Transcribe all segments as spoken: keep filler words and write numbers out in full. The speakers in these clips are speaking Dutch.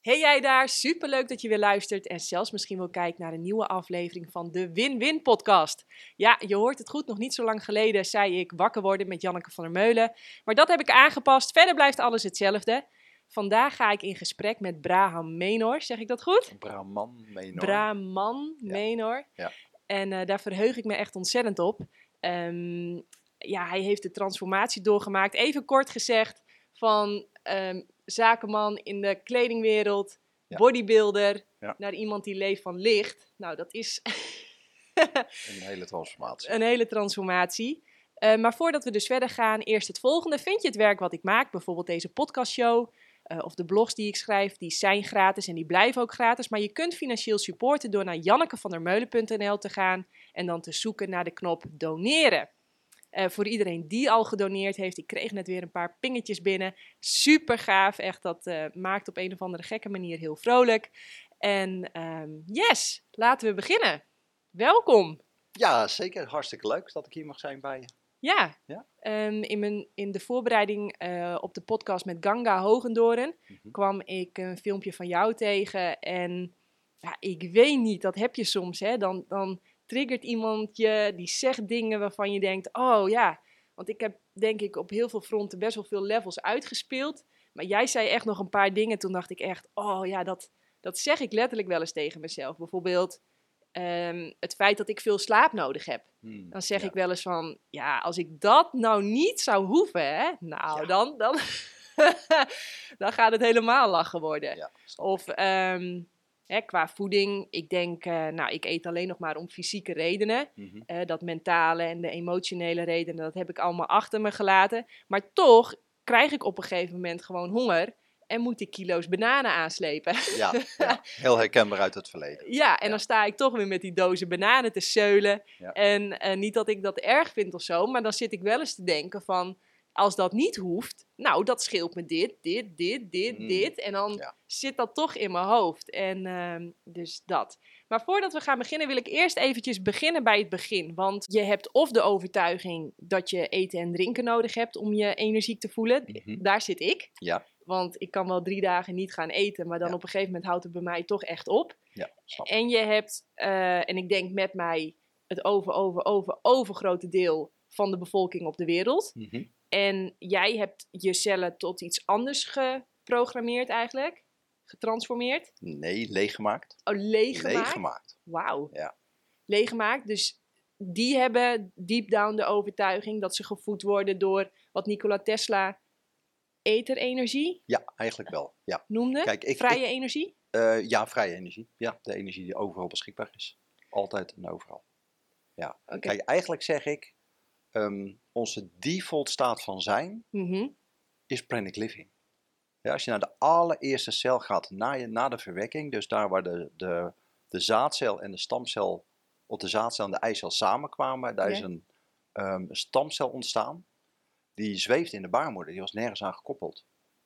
Hey jij daar, superleuk dat je weer luistert en zelfs misschien wel kijkt naar een nieuwe aflevering van de Win-Win podcast. Ja, je hoort het goed, nog niet zo lang geleden zei ik wakker worden met Janneke van der Meulen. Maar dat heb ik aangepast, verder blijft alles hetzelfde. Vandaag ga ik in gesprek met Braham Menor, zeg ik dat goed? Brahman Menor. Brahman Menor. Ja. Ja. En uh, daar verheug ik me echt ontzettend op. Um, ja, hij heeft de transformatie doorgemaakt. Even kort gezegd, van um, zakenman in de kledingwereld, ja. bodybuilder, ja. naar iemand die leeft van licht. Nou, dat is een hele transformatie. Een hele transformatie. Uh, maar voordat we dus verder gaan, eerst het volgende. Vind je het werk wat ik maak, bijvoorbeeld deze podcastshow, uh, of de blogs die ik schrijf, die zijn gratis en die blijven ook gratis. Maar je kunt financieel supporten door naar jannekevandermeulen punt n l te gaan en dan te zoeken naar de knop doneren. Uh, voor iedereen die al gedoneerd heeft, ik kreeg net weer een paar pingetjes binnen. Super gaaf, echt, dat uh, maakt op een of andere gekke manier heel vrolijk. En um, yes, laten we beginnen. Welkom. Ja, zeker. Hartstikke leuk dat ik hier mag zijn bij je. Ja, ja? Um, in, mijn, in de voorbereiding uh, op de podcast met Ganga Hogendoren mm-hmm. kwam ik een filmpje van jou tegen. En ja, ik weet niet, dat heb je soms, hè. Dan, dan triggert iemand je, die zegt dingen waarvan je denkt, oh ja. Want ik heb denk ik op heel veel fronten best wel veel levels uitgespeeld. Maar jij zei echt nog een paar dingen, toen dacht ik echt, oh ja, dat, dat zeg ik letterlijk wel eens tegen mezelf. Bijvoorbeeld Um, het feit dat ik veel slaap nodig heb. Hmm, dan zeg ja. ik wel eens van, ja, als ik dat nou niet zou hoeven, hè, nou, ja. dan, dan, dan gaat het helemaal lachen worden. Ja, of um, hè, qua voeding, ik denk, uh, nou, ik eet alleen nog maar om fysieke redenen. Mm-hmm. Uh, dat mentale en de emotionele redenen, dat heb ik allemaal achter me gelaten. Maar toch krijg ik op een gegeven moment gewoon honger. En moet ik kilo's bananen aanslepen. Ja, ja, heel herkenbaar uit het verleden. Ja, en ja. dan sta ik toch weer met die dozen bananen te zeulen. Ja. En uh, niet dat ik dat erg vind of zo, maar dan zit ik wel eens te denken van, als dat niet hoeft, nou, dat scheelt me dit, dit, dit, dit, mm. dit. En dan ja. zit dat toch in mijn hoofd. En uh, dus dat. Maar voordat we gaan beginnen, wil ik eerst eventjes beginnen bij het begin. Want je hebt of de overtuiging dat je eten en drinken nodig hebt om je energiek te voelen. Mm-hmm. Daar zit ik. Ja. Want ik kan wel drie dagen niet gaan eten, maar dan ja. op een gegeven moment houdt het bij mij toch echt op. Ja, snap. En je hebt, uh, en ik denk met mij, het over, over, over, overgrote deel van de bevolking op de wereld. Mm-hmm. En jij hebt je cellen tot iets anders geprogrammeerd eigenlijk, getransformeerd. Nee, leeggemaakt. Oh, leeggemaakt? Leeggemaakt. Wauw. Ja. Leeggemaakt, dus die hebben deep down de overtuiging dat ze gevoed worden door wat Nikola Tesla eterenergie? Ja, eigenlijk wel. Ja. Noemde? Kijk, ik, vrije ik, energie? Uh, ja, vrije energie. Ja, de energie die overal beschikbaar is. Altijd en overal. Ja. Okay. Kijk, eigenlijk zeg ik, um, onze default staat van zijn mm-hmm. is pranic living. Ja, als je naar de allereerste cel gaat, na, je, na de verwekking, dus daar waar de, de, de zaadcel en de stamcel, of de zaadcel en de eicel samenkwamen, daar okay. is een um, stamcel ontstaan. Die zweeft in de baarmoeder, die was nergens aan gekoppeld.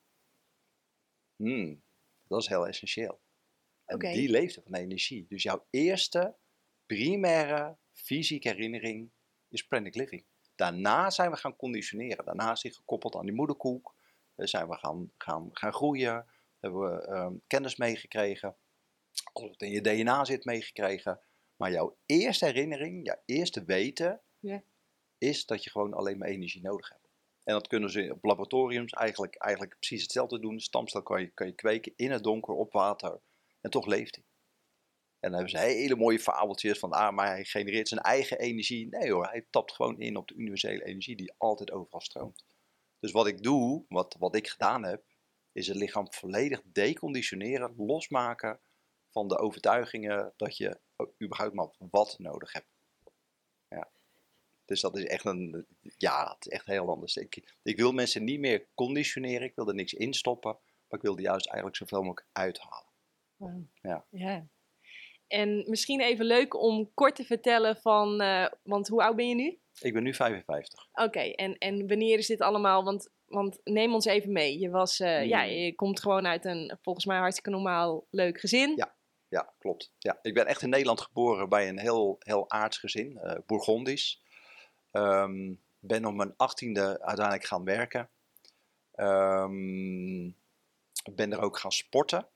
Hmm, dat is heel essentieel. En okay. die leefde van energie. Dus jouw eerste primaire fysieke herinnering is pranic living. Daarna zijn we gaan conditioneren. Daarna is hij gekoppeld aan die moederkoek. Dan zijn we gaan, gaan, gaan groeien. Hebben we um, kennis meegekregen. Alles wat in je D N A zit meegekregen. Maar jouw eerste herinnering, jouw eerste weten, yeah. is dat je gewoon alleen maar energie nodig hebt. En dat kunnen ze op laboratoriums eigenlijk, eigenlijk precies hetzelfde doen. De stamcel kan je, kan je kweken in het donker op water. En toch leeft hij. En dan hebben ze hele mooie fabeltjes van, ah, maar hij genereert zijn eigen energie. Nee hoor, hij tapt gewoon in op de universele energie die altijd overal stroomt. Dus wat ik doe, wat, wat ik gedaan heb, is het lichaam volledig deconditioneren, losmaken van de overtuigingen dat je überhaupt maar wat nodig hebt. Ja. Dus dat is echt een, ja, het is echt heel anders. Ik, ik wil mensen niet meer conditioneren, ik wil er niks in stoppen, maar ik wil er juist eigenlijk zoveel mogelijk uithalen. Wow. Ja. ja. En misschien even leuk om kort te vertellen van, uh, want hoe oud ben je nu? Ik ben nu vijfenvijftig. Oké, okay, en, en wanneer is dit allemaal, want, want neem ons even mee. Je, was, uh, hmm. ja, je komt gewoon uit een volgens mij hartstikke normaal leuk gezin. Ja, ja klopt. Ja, ik ben echt in Nederland geboren bij een heel, heel aards gezin, uh, Bourgondisch. Um, ben op mijn achttiende uiteindelijk gaan werken. Um, ben er ook gaan sporten.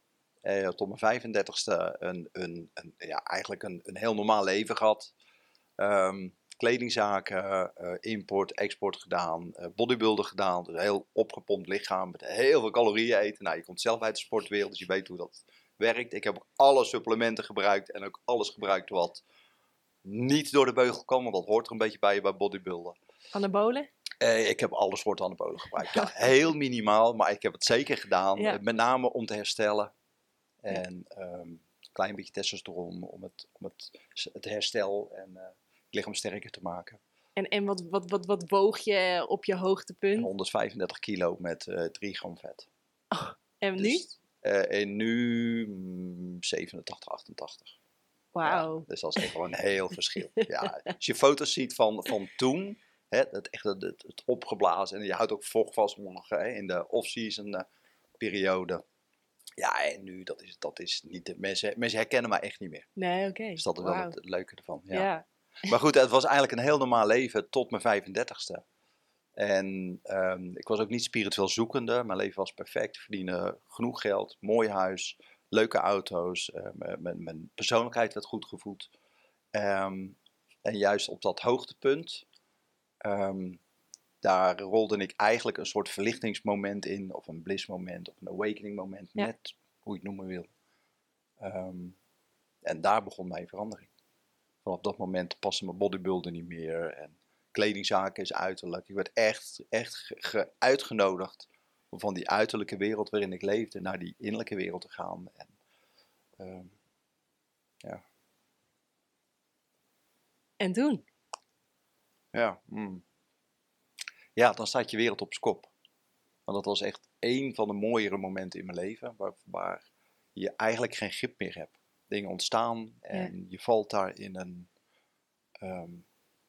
Uh, tot mijn vijfendertigste een, een, een, ja, eigenlijk een, een heel normaal leven gehad. Um, kledingzaken, uh, import, export gedaan, uh, bodybuilden gedaan. Dus een heel opgepompt lichaam met heel veel calorieën eten. Nou, je komt zelf uit de sportwereld, dus je weet hoe dat werkt. Ik heb ook alle supplementen gebruikt en ook alles gebruikt wat niet door de beugel kwam, want dat hoort er een beetje bij je bij bodybuilden. Anabolen? Uh, ik heb alle soorten anabolen gebruikt. Ja, heel minimaal, maar ik heb het zeker gedaan. Ja. Uh, met name om te herstellen. En een um, klein beetje testosteron om het, om het, het herstel en uh, het lichaam sterker te maken. En, en wat, wat, wat, wat woog je op je hoogtepunt? honderdvijfendertig kilo met uh, drie gram vet. Oh, en nu? Dus, uh, en nu mm, zevenentachtig, achtentachtig. Wauw. Ja, dus dat is echt wel een heel verschil. Ja, als je foto's ziet van, van toen, hè, het, echt, het, het opgeblazen en je houdt ook vocht vast morgen, hè, in de off-season uh, periode. Ja, en nu, dat is, dat is niet de, mensen, mensen herkennen mij echt niet meer. Nee, oké. Okay. Dus dat is wow. wel het, het leuke ervan. Ja. Ja. Maar goed, het was eigenlijk een heel normaal leven tot mijn vijfendertigste. En um, ik was ook niet spiritueel zoekende. Mijn leven was perfect. Ik verdiende genoeg geld, mooi huis, leuke auto's. Uh, mijn, mijn persoonlijkheid werd goed gevoed. Um, en juist op dat hoogtepunt, um, daar rolde ik eigenlijk een soort verlichtingsmoment in. Of een blissmoment, of een awakening moment. Ja. Net hoe je het noemen wil. Um, en daar begon mijn verandering. Vanaf dat moment paste mijn bodybuilden niet meer. En kledingzaken is uiterlijk. Ik werd echt, echt ge- uitgenodigd om van die uiterlijke wereld waarin ik leefde naar die innerlijke wereld te gaan. En, um, ja. En toen? Ja, mm. ja, dan staat je wereld op z'n kop. Want dat was echt één van de mooiere momenten in mijn leven. Waar, waar je eigenlijk geen grip meer hebt. Dingen ontstaan en ja. je valt daar in een... Um,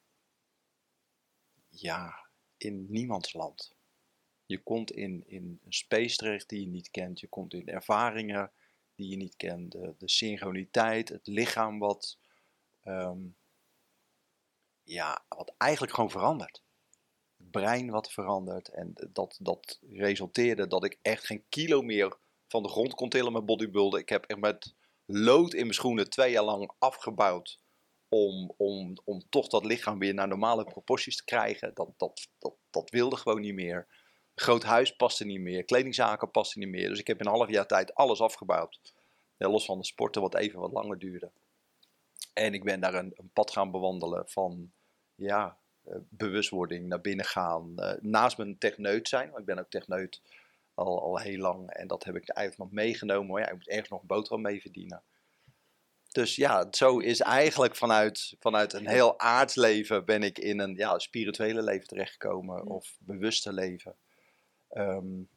ja, in niemands land. Je komt in, in een space terecht die je niet kent. Je komt in ervaringen die je niet kent. De, de synchroniteit, het lichaam wat, um, ja, wat eigenlijk gewoon verandert. Het brein wat verandert. En dat, dat resulteerde dat ik echt geen kilo meer van de grond kon tillen met bodybuilden. Ik heb echt met lood in mijn schoenen twee jaar lang afgebouwd. Om, om, om toch dat lichaam weer naar normale proporties te krijgen. Dat, dat, dat, dat wilde gewoon niet meer. Groot huis paste niet meer. Kledingzaken paste niet meer. Dus ik heb in een half jaar tijd alles afgebouwd. Ja, los van de sporten wat even wat langer duurde. En ik ben daar een, een pad gaan bewandelen van ja, uh, bewustwording, naar binnen gaan. Uh, naast mijn techneut zijn. Want ik ben ook techneut al, al heel lang. En dat heb ik eigenlijk nog meegenomen. Maar ja, ik moet ergens nog een boterham mee verdienen. Dus ja, zo is eigenlijk vanuit, vanuit een heel aards leven ben ik in een ja, spirituele leven terechtgekomen. Ja. Of bewuste leven. Um,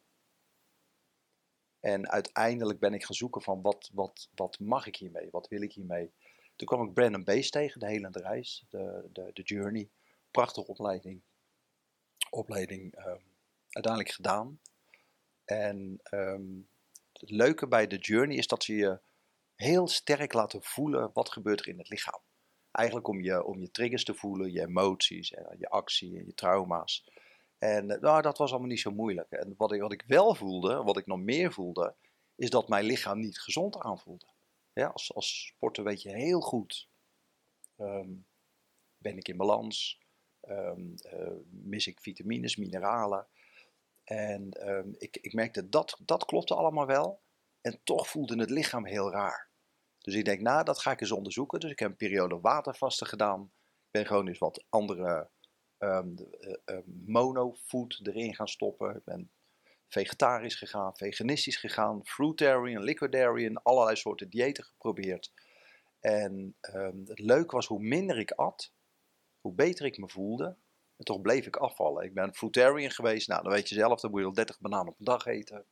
en uiteindelijk ben ik gaan zoeken van wat, wat, wat mag ik hiermee? Wat wil ik hiermee? Toen kwam ik Brandon Bees tegen, de helende reis, de, de, de Journey. Prachtige opleiding. Opleiding um, uiteindelijk gedaan. En um, het leuke bij de Journey is dat ze je heel sterk laten voelen wat gebeurt er in het lichaam. Eigenlijk om je, om je triggers te voelen, je emoties, en je actie en je trauma's. En nou, dat was allemaal niet zo moeilijk. En wat ik, wat ik wel voelde, wat ik nog meer voelde, is dat mijn lichaam niet gezond aanvoelde. Ja, als, als sporter weet je heel goed, um, ben ik in balans, um, uh, mis ik vitamines, mineralen. En um, ik, ik merkte dat dat klopte allemaal wel. En toch voelde het lichaam heel raar. Dus ik denk, nou, dat ga ik eens onderzoeken. Dus ik heb een periode watervasten gedaan. Ik ben gewoon eens wat andere um, uh, uh, monofood erin gaan stoppen. Ik ben vegetarisch gegaan, veganistisch gegaan, fruitarian, liquidarian, allerlei soorten diëten geprobeerd. En um, het leuke was, hoe minder ik at, hoe beter ik me voelde. En toch bleef ik afvallen. Ik ben fruitarian geweest. Nou, dan weet je zelf, dan moet je al dertig bananen op een dag eten.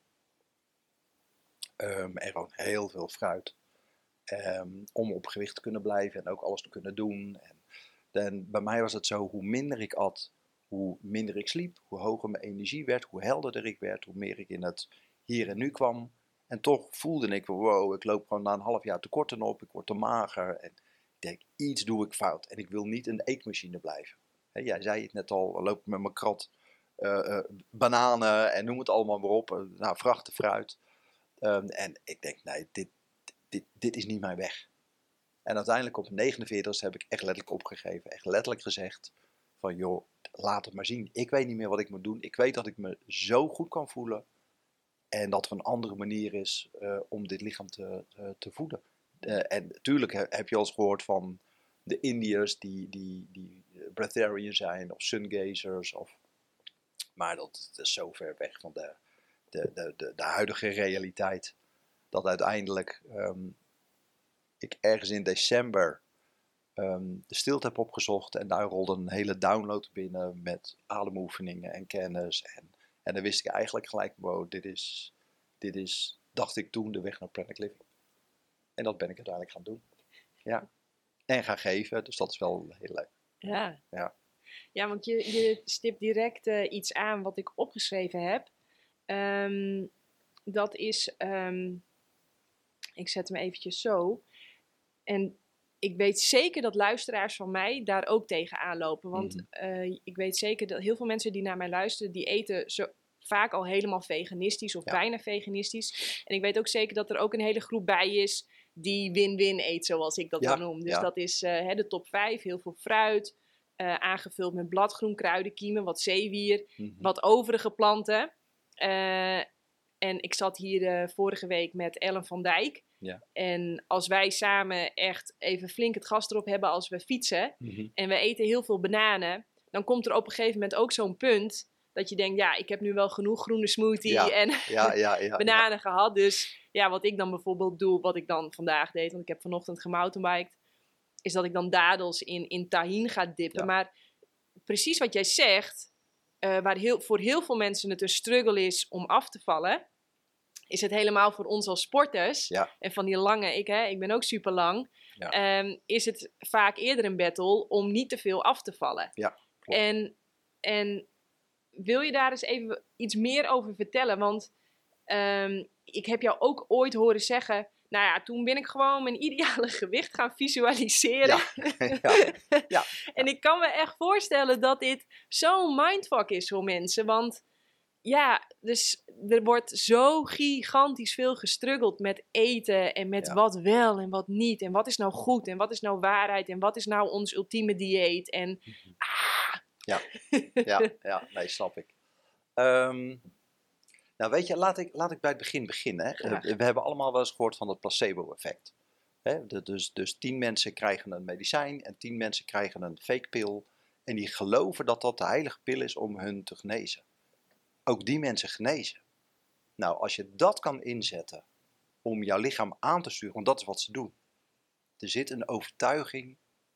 Um, en gewoon heel veel fruit. Um, om op gewicht te kunnen blijven en ook alles te kunnen doen. En, en bij mij was het zo, hoe minder ik at, hoe minder ik sliep, hoe hoger mijn energie werd, hoe helderder ik werd, hoe meer ik in het hier en nu kwam. En toch voelde ik, wow, ik loop gewoon na een half jaar tekorten op, ik word te mager. En ik denk, iets doe ik fout en ik wil niet een eetmachine blijven. He, jij zei het net al, loop ik met mijn krat uh, uh, bananen en noem het allemaal maar op, uh, nou, vrachten fruit. Um, en ik denk, nee, dit, dit, dit is niet mijn weg. En uiteindelijk op mijn negenenveertigste heb ik echt letterlijk opgegeven. Echt letterlijk gezegd van joh, laat het maar zien. Ik weet niet meer wat ik moet doen. Ik weet dat ik me zo goed kan voelen. En dat er een andere manier is uh, om dit lichaam te, uh, te voeden. Uh, en natuurlijk heb je al eens gehoord van de Indiërs die, die, die breatharian zijn of sungazers. Of... Maar dat, dat is zo ver weg van de, de, de, de, de huidige realiteit. Dat uiteindelijk um, ik ergens in december um, de stilte heb opgezocht. En daar rolde een hele download binnen met ademoefeningen en kennis. En, en dan wist ik eigenlijk gelijk, wow, dit is, dit is, dacht ik toen, de weg naar Pranic Living. En dat ben ik uiteindelijk gaan doen. Ja. En gaan geven, dus dat is wel heel leuk. Ja, ja. ja want je, je stipt direct uh, iets aan wat ik opgeschreven heb. Um, dat is, um, ik zet hem eventjes zo. En ik weet zeker dat luisteraars van mij daar ook tegenaan lopen. Want mm-hmm. uh, ik weet zeker dat heel veel mensen die naar mij luisteren, die eten zo vaak al helemaal veganistisch of ja. bijna veganistisch. En ik weet ook zeker dat er ook een hele groep bij is die win-win eet, zoals ik dat ja. dan noem. Dus ja. dat is uh, hè, de top vijf, heel veel fruit, uh, aangevuld met bladgroen, kruidenkiemen, wat zeewier, mm-hmm. wat overige planten. Uh, en ik zat hier uh, vorige week met Ellen van Dijk. Ja. En als wij samen echt even flink het gas erop hebben als we fietsen mm-hmm. en we eten heel veel bananen, dan komt er op een gegeven moment ook zo'n punt dat je denkt, ja, ik heb nu wel genoeg groene smoothie ja. en ja, ja, ja, bananen ja. gehad. Dus ja, wat ik dan bijvoorbeeld doe, wat ik dan vandaag deed, want ik heb vanochtend gemountainbiked, is dat ik dan dadels in, in tahin ga dippen. Ja. Maar precies wat jij zegt, uh, waar heel, voor heel veel mensen het een struggle is om af te vallen, is het helemaal voor ons als sporters, ja. en van die lange, ik, hè, ik ben ook super lang, ja. um, is het vaak eerder een battle om niet te veel af te vallen. Ja, klopt. En, en wil je daar eens even iets meer over vertellen? Want um, ik heb jou ook ooit horen zeggen, nou ja, toen ben ik gewoon mijn ideale gewicht gaan visualiseren. Ja. Ja. Ja. En ik kan me echt voorstellen dat dit zo'n mindfuck is voor mensen, want ja, dus er wordt zo gigantisch veel gestruggeld met eten en met ja. wat wel en wat niet. En wat is nou goed en wat is nou waarheid en wat is nou ons ultieme dieet. En mm-hmm. ah. Ja, ja, ja, nee, snap ik. Um, nou weet je, laat ik, laat ik bij het begin beginnen. Uh, we hebben allemaal wel eens gehoord van het placebo-effect. Hè? De, dus, dus tien mensen krijgen een medicijn en tien mensen krijgen een fake pil. En die geloven dat dat de heilige pil is om hun te genezen. Ook die mensen genezen. Nou, als je dat kan inzetten om jouw lichaam aan te sturen, want dat is wat ze doen. Er zit een overtuiging,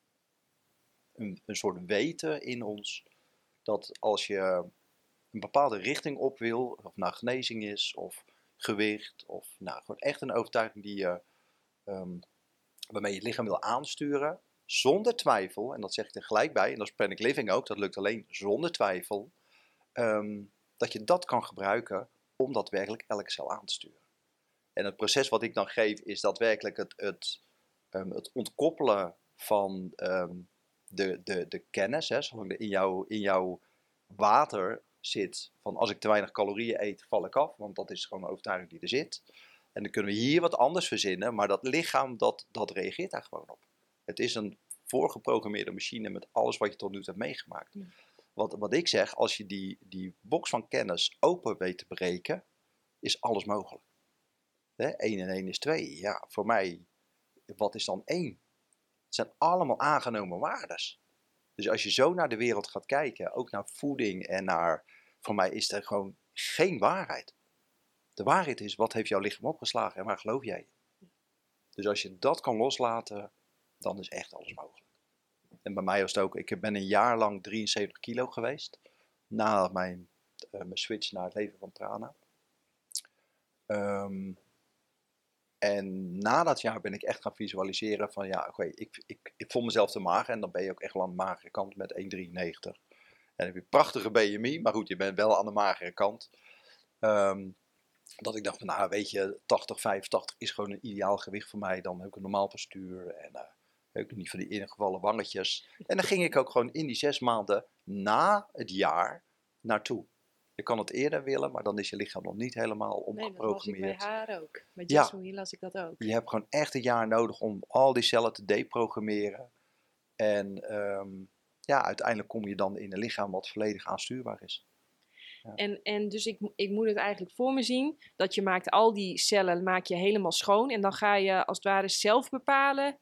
een, een soort weten in ons, dat als je een bepaalde richting op wil, of nou genezing is, of gewicht, of nou gewoon echt een overtuiging die je, um, waarmee je het lichaam wil aansturen, zonder twijfel, en dat zeg ik er gelijk bij, en dat is Pranic Living ook, dat lukt alleen zonder twijfel, um, dat je dat kan gebruiken om daadwerkelijk elke cel aan te sturen. En het proces wat ik dan geef is daadwerkelijk het, het, um, het ontkoppelen van um, de, de, de kennis. Hè, zoals in, jouw, in jouw water zit van als ik te weinig calorieën eet, val ik af. Want dat is gewoon een overtuiging die er zit. En dan kunnen we hier wat anders verzinnen, maar dat lichaam dat, dat reageert daar gewoon op. Het is een voorgeprogrammeerde machine met alles wat je tot nu toe hebt meegemaakt. Ja. Wat, wat ik zeg, als je die, die box van kennis open weet te breken, is alles mogelijk. Hè? één en één is twee. Ja, voor mij, wat is dan één? Het zijn allemaal aangenomen waardes. Dus als je zo naar de wereld gaat kijken, ook naar voeding en naar, voor mij is er gewoon geen waarheid. De waarheid is, wat heeft jouw lichaam opgeslagen en waar geloof jij in? Dus als je dat kan loslaten, dan is echt alles mogelijk. En bij mij was het ook, ik ben een jaar lang drieënzeventig kilo geweest. Na mijn, uh, mijn switch naar het leven van prana. Um, en na dat jaar ben ik echt gaan visualiseren van ja, oké, okay, ik, ik, ik voel mezelf te mager. En dan ben je ook echt wel aan de magere kant met één komma drieënnegentig. En dan heb je een prachtige B M I, maar goed, je bent wel aan de magere kant. Um, dat ik dacht van nou weet je, tachtig, vijfentachtig is gewoon een ideaal gewicht voor mij. Dan heb ik een normaal postuur en... Uh, ook niet van die ingevallen wangetjes. En dan ging ik ook gewoon in die zes maanden na het jaar naartoe. Ik Je kan het eerder willen, maar dan is je lichaam nog niet helemaal omgeprogrammeerd. Nee, dat las ik bij haar ook. Bij Ja. Jasmine las ik dat ook. Je hebt gewoon echt een jaar nodig om al die cellen te deprogrammeren. En um, ja, uiteindelijk kom je dan in een lichaam wat volledig aanstuurbaar is. Ja. En, en dus ik, ik moet het eigenlijk voor me zien, dat je maakt al die cellen maak je helemaal schoon. En dan ga je als het ware zelf bepalen.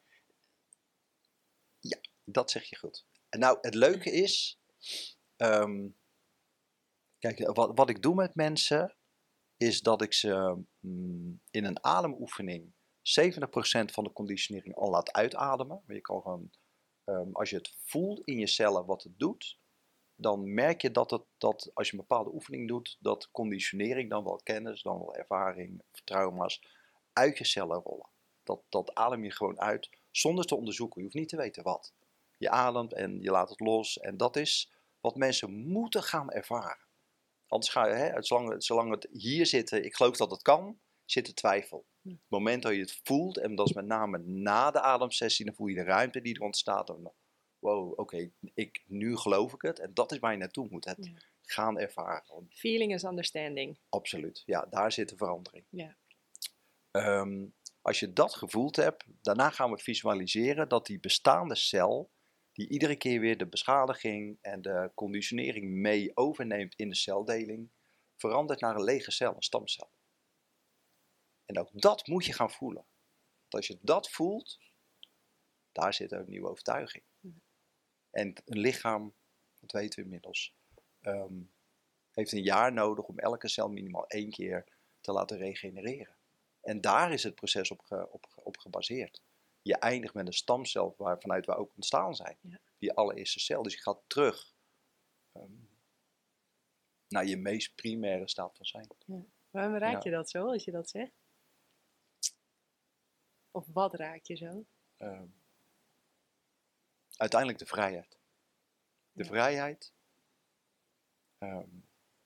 Ja, dat zeg je goed. En nou, het leuke is, um, kijk, wat, wat ik doe met mensen, is dat ik ze um, in een ademoefening zeventig procent van de conditionering al laat uitademen. Maar je kan gewoon, um, als je het voelt in je cellen wat het doet, dan merk je dat, het, dat als je een bepaalde oefening doet, dat conditionering, dan wel kennis, dan wel ervaring, trauma's, uit je cellen rollen. Dat, dat adem je gewoon uit, zonder te onderzoeken. Je hoeft niet te weten wat. Je ademt en je laat het los. En dat is wat mensen moeten gaan ervaren. Anders ga je, hè, zolang, zolang het hier zit, ik geloof dat het kan, zit er twijfel. Het moment dat je het voelt, en dat is met name na de ademsessie, dan voel je de ruimte die er ontstaat. Dan, wow, oké, okay, ik, nu geloof ik het. En dat is waar je naartoe moet, het ja. gaan ervaren. Feeling is understanding. Absoluut, ja, daar zit de verandering. Ja. Um, als je dat gevoeld hebt, daarna gaan we visualiseren dat die bestaande cel, die iedere keer weer de beschadiging en de conditionering mee overneemt in de celdeling, verandert naar een lege cel, een stamcel. En ook dat moet je gaan voelen. Want als je dat voelt, daar zit een nieuwe overtuiging. En een lichaam, dat weten we inmiddels, um, heeft een jaar nodig om elke cel minimaal één keer te laten regenereren. En daar is het proces op, ge, op, op gebaseerd. Je eindigt met een stamcel waar, vanuit we ook ontstaan zijn. Ja. Die allereerste cel. Dus je gaat terug um, naar je meest primaire staat van zijn. Ja. Waarom raak ja. je dat zo als je dat zegt? Of wat raak je zo? Um, uiteindelijk de vrijheid. De ja. vrijheid um,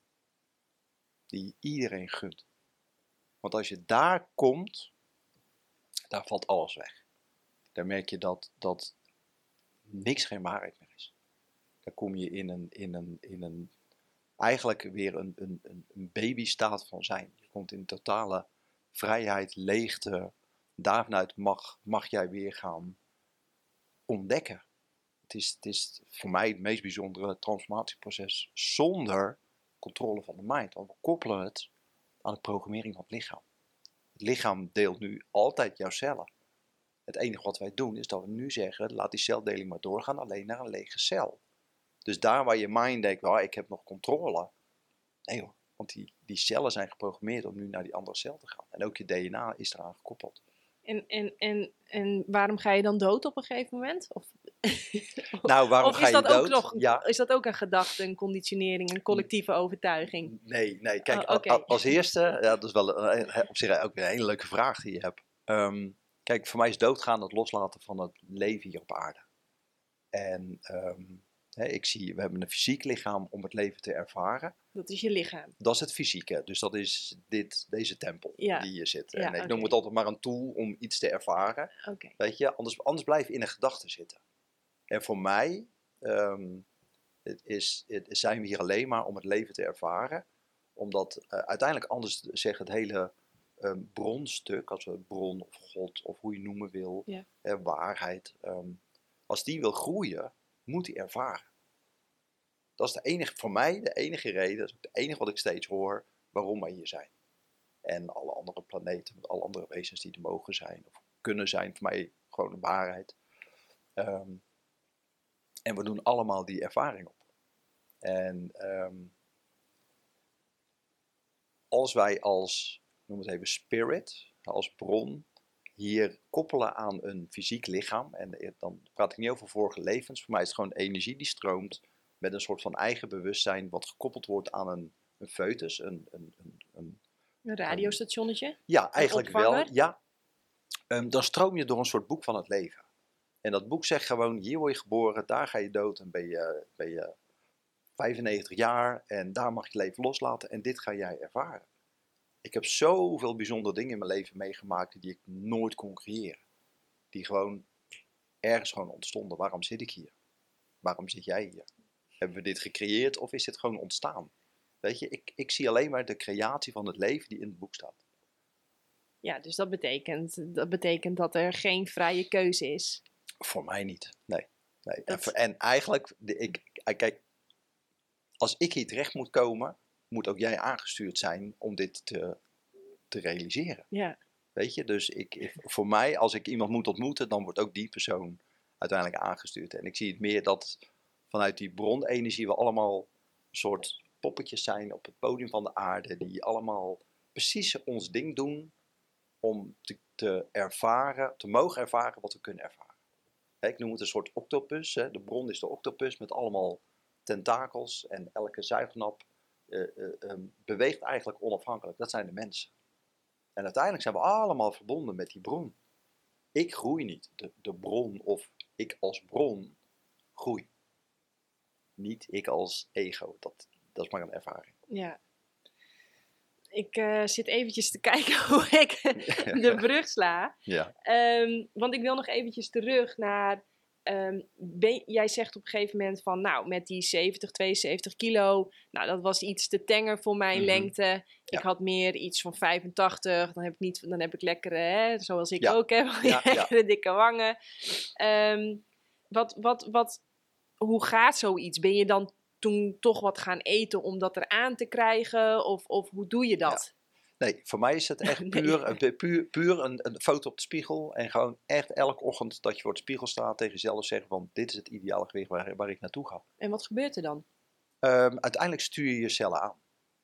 die iedereen gunt. Want als je daar komt, daar valt alles weg. Daar merk je dat, dat niks geen waarheid meer is. Dan kom je in een, in een, in een eigenlijk weer een, een, een babystaat van zijn. Je komt in totale vrijheid, leegte. Daarvanuit mag, mag jij weer gaan ontdekken. Het is, het is voor mij het meest bijzondere transformatieproces zonder controle van de mind. Want we koppelen het aan de programmering van het lichaam. Het lichaam deelt nu altijd jouw cellen. Het enige wat wij doen is dat we nu zeggen, laat die celdeling maar doorgaan, alleen naar een lege cel. Dus daar waar je mind denkt, oh, ik heb nog controle. Nee hoor, want die, die cellen zijn geprogrammeerd om nu naar die andere cel te gaan. En ook je D N A is eraan gekoppeld. En, en, en, en waarom ga je dan dood op een gegeven moment? Of, nou, waarom of ga is dat je dood? Ook nog, ja. Is dat ook een gedachte, een conditionering, een collectieve overtuiging? Nee, nee. Kijk, oh, okay. als eerste, ja, dat is wel een, op zich ook weer een hele leuke vraag die je hebt. Um, kijk, voor mij is doodgaan het loslaten van het leven hier op aarde. En um, hè, ik zie, we hebben een fysiek lichaam om het leven te ervaren. Dat is je lichaam. Dat is het fysieke. Dus dat is dit, deze tempel ja. die hier zit. En ja, ik okay. noem het altijd maar een tool om iets te ervaren. Okay. Weet je, anders, anders blijf je in een gedachte zitten. En voor mij um, het is, het, zijn we hier alleen maar om het leven te ervaren. Omdat uh, uiteindelijk anders zegt het hele um, bronstuk, als we bron of God of hoe je noemen wil, ja. eh, waarheid. Um, als die wil groeien, moet die ervaren. Dat is de enige, voor mij de enige reden, dat is ook het enige wat ik steeds hoor, waarom wij hier zijn. En alle andere planeten, alle andere wezens die er mogen zijn of kunnen zijn, voor mij gewoon de waarheid. Um, en we doen allemaal die ervaring op. En um, als wij als, noem het even spirit, als bron, hier koppelen aan een fysiek lichaam, en dan praat ik niet over vorige levens, voor mij is het gewoon energie die stroomt met een soort van eigen bewustzijn, wat gekoppeld wordt aan een, een foetus, een, een, een, een, een radiostationnetje? Een, ja, eigenlijk wel. Ja. Um, dan stroom je door een soort boek van het leven. En dat boek zegt gewoon, hier word je geboren, daar ga je dood en ben je, ben je vijfennegentig jaar en daar mag je het leven loslaten en dit ga jij ervaren. Ik heb zoveel bijzondere dingen in mijn leven meegemaakt die ik nooit kon creëren. Die gewoon ergens gewoon ontstonden. Waarom zit ik hier? Waarom zit jij hier? Hebben we dit gecreëerd of is dit gewoon ontstaan? Weet je, ik, ik zie alleen maar de creatie van het leven die in het boek staat. Ja, dus dat betekent, dat betekent dat er geen vrije keuze is. Voor mij niet, nee. nee. Dat... En, en eigenlijk, de, ik, kijk, als ik hier terecht moet komen, moet ook jij aangestuurd zijn om dit te, te realiseren. Ja. Weet je, dus ik, ik, voor mij, als ik iemand moet ontmoeten, dan wordt ook die persoon uiteindelijk aangestuurd. En ik zie het meer dat vanuit die bronenergie we allemaal een soort poppetjes zijn op het podium van de aarde, die allemaal precies ons ding doen om te, te ervaren, te mogen ervaren wat we kunnen ervaren. Hè, ik noem het een soort octopus. Hè. De bron is de octopus met allemaal tentakels en elke zuignap uh, uh, um, beweegt eigenlijk onafhankelijk. Dat zijn de mensen. En uiteindelijk zijn we allemaal verbonden met die bron. Ik groei niet. De, de bron of ik als bron groei. Niet ik als ego. Dat, dat is maar een ervaring. Ja. Ik uh, zit eventjes te kijken hoe ik de brug sla. Ja. Um, want ik wil nog eventjes terug naar... Um, ben, jij zegt op een gegeven moment van... Nou, met die zeventig, tweeënzeventig kilo... Nou, dat was iets te tenger voor mijn mm-hmm. lengte. Ik ja. had meer iets van vijfentachtig. Dan heb ik, niet, dan heb ik lekkere, hè, zoals ik ja. ook heb. Ja, lekkere ja. dikke wangen. Um, wat, wat, wat, hoe gaat zoiets? Ben je dan toen toch wat gaan eten om dat eraan te krijgen? Of, of hoe doe je dat? Ja. Nee, voor mij is het echt puur, nee. puur, puur een, een foto op de spiegel. En gewoon echt elke ochtend dat je voor de spiegel staat tegen jezelf zeggen van dit is het ideale gewicht waar, waar ik naartoe ga. En wat gebeurt er dan? Um, uiteindelijk stuur je je cellen aan.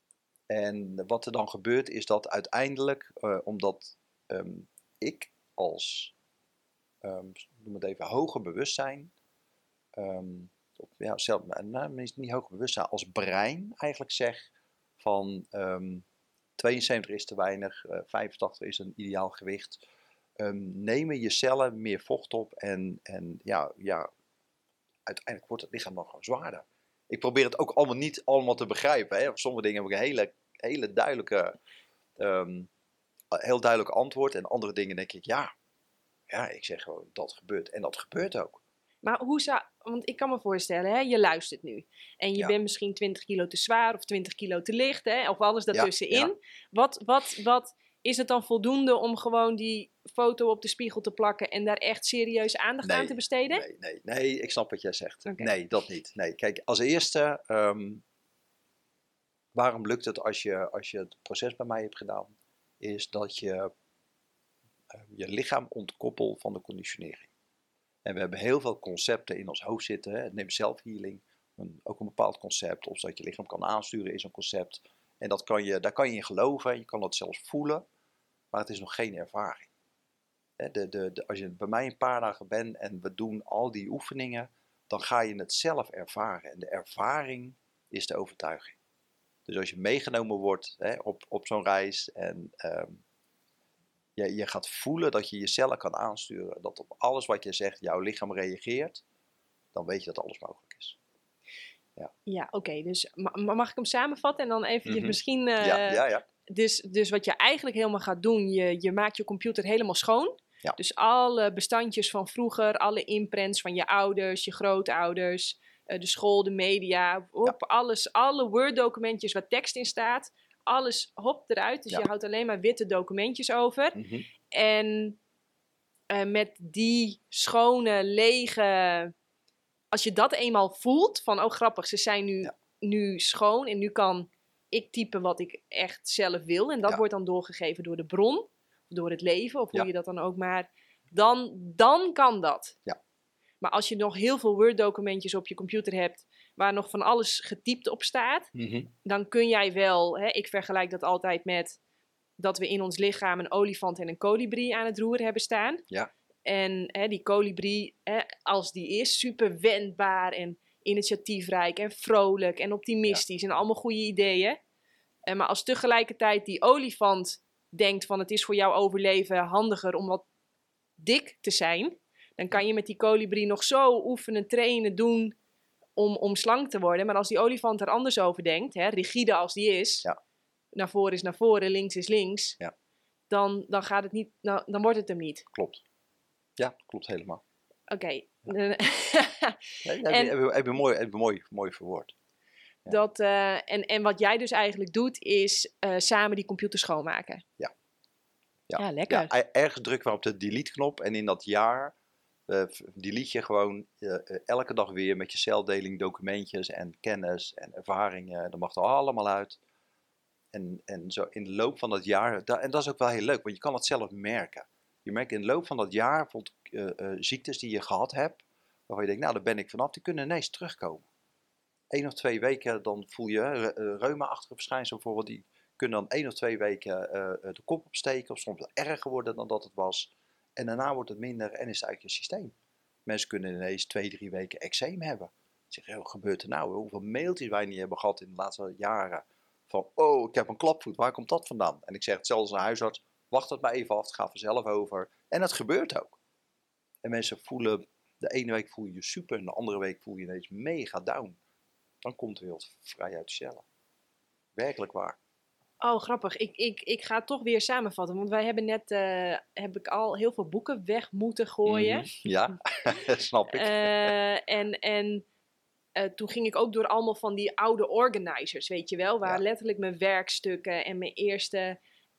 En wat er dan gebeurt is dat uiteindelijk, uh, omdat um, ik als, um, noem het even, hoger bewustzijn... Um, Of, ja, zelf, nou, niet hoog bewustzijn, als brein eigenlijk zeg van um, tweeënzeventig is te weinig, uh, vijfentachtig is een ideaal gewicht. Um, nemen je cellen meer vocht op en, en ja, ja, uiteindelijk wordt het lichaam dan gewoon zwaarder. Ik probeer het ook allemaal niet allemaal te begrijpen. Hè. Op sommige dingen heb ik een hele, hele duidelijke, um, heel duidelijk antwoord en andere dingen denk ik ja, ja, ik zeg gewoon dat gebeurt en dat gebeurt ook. Maar hoe zou, want ik kan me voorstellen, hè, je luistert nu. En je ja. bent misschien twintig kilo te zwaar of twintig kilo te licht, hè, of alles daartussenin. Ja, ja. Wat, wat, wat is het dan voldoende om gewoon die foto op de spiegel te plakken en daar echt serieus aandacht nee, aan te besteden? Nee, nee, nee, ik snap wat jij zegt. Okay. Nee, dat niet. Nee, kijk, als eerste, um, waarom lukt het als je, als je het proces bij mij hebt gedaan, is dat je uh, je lichaam ontkoppelt van de conditionering. En we hebben heel veel concepten in ons hoofd zitten. Hè. Neem zelfhealing, een, ook een bepaald concept. Of dat je lichaam kan aansturen is een concept. En dat kan je, daar kan je in geloven. Je kan dat zelfs voelen. Maar het is nog geen ervaring. Hè, de, de, de, als je bij mij een paar dagen bent en we doen al die oefeningen. Dan ga je het zelf ervaren. En de ervaring is de overtuiging. Dus als je meegenomen wordt hè, op, op zo'n reis. En um, Je, je gaat voelen dat je je cellen kan aansturen. Dat op alles wat je zegt jouw lichaam reageert. Dan weet je dat alles mogelijk is. Ja, ja oké. Okay, dus ma- mag ik hem samenvatten? En dan even mm-hmm. misschien... Uh, ja, ja, ja. Dus, dus wat je eigenlijk helemaal gaat doen. Je, je maakt je computer helemaal schoon. Ja. Dus alle bestandjes van vroeger. Alle imprints van je ouders, je grootouders. Uh, de school, de media. Op, ja. alles, alle Word documentjes waar tekst in staat. Alles hop eruit, dus ja. je houdt alleen maar witte documentjes over. Mm-hmm. En uh, met die schone, lege... Als je dat eenmaal voelt, van oh grappig, ze zijn nu, ja. nu schoon en nu kan ik typen wat ik echt zelf wil. En dat ja. wordt dan doorgegeven door de bron, of door het leven, of hoe ja. je dat dan ook maar... Dan, dan kan dat. Ja. Maar als je nog heel veel Word-documentjes op je computer hebt... waar nog van alles getypt op staat... Mm-hmm. dan kun jij wel... Hè, ik vergelijk dat altijd met... dat we in ons lichaam een olifant en een kolibrie aan het roer hebben staan. Ja. En hè, die kolibrie, hè, als die is, super wendbaar... en initiatiefrijk en vrolijk en optimistisch... Ja. en allemaal goede ideeën. En maar als tegelijkertijd die olifant denkt van... het is voor jouw overleven handiger om wat dik te zijn... dan kan je met die kolibrie nog zo oefenen, trainen, doen... Om, om slank te worden. Maar als die olifant er anders over denkt, hè, rigide als die is, ja. naar voren is naar voren, links is links, ja. dan, dan gaat het niet, nou, dan wordt het hem niet. Klopt. Ja, klopt helemaal. Oké. Okay. Ja. nee, heb, je, heb, je, heb je mooi, heb je mooi, mooi verwoord. Ja. Dat, uh, en, en wat jij dus eigenlijk doet, is uh, samen die computer schoonmaken. Ja. Ja, ja lekker. Ja, ergens drukken we op de delete-knop en in dat jaar uh, delete je gewoon uh, uh, elke dag weer met je celdeling documentjes en kennis en ervaringen. Dat mag er allemaal uit. En, en zo in de loop van dat jaar, da- en dat is ook wel heel leuk, want je kan het zelf merken. Je merkt in de loop van dat jaar bijvoorbeeld uh, uh, ziektes die je gehad hebt, waarvan je denkt, nou daar ben ik vanaf, die kunnen ineens terugkomen. Eén of twee weken dan voel je uh, reuma-achtige verschijnselen bijvoorbeeld, die kunnen dan één of twee weken uh, de kop opsteken, of soms wel erger worden dan dat het was. En daarna wordt het minder en is het eigenlijk je systeem. Mensen kunnen ineens twee, drie weken eczeem hebben. Zeg, wat gebeurt er nou? Hoeveel mailtjes wij niet hebben gehad in de laatste jaren. Van, oh, ik heb een klapvoet, waar komt dat vandaan? En ik zeg hetzelfde als een huisarts, wacht het maar even af, het gaat vanzelf over. En dat gebeurt ook. En mensen voelen, de ene week voel je je super, en de andere week voel je ineens mega down. Dan komt de wereld vrij uit de cellen. Werkelijk waar. Oh, grappig. Ik, ik, ik ga het toch weer samenvatten. Want wij hebben net, uh, heb ik al heel veel boeken weg moeten gooien. Mm-hmm. Ja, snap ik. Uh, en en uh, toen ging ik ook door allemaal van die oude organizers, weet je wel. Waar ja. letterlijk mijn werkstukken en mijn eerste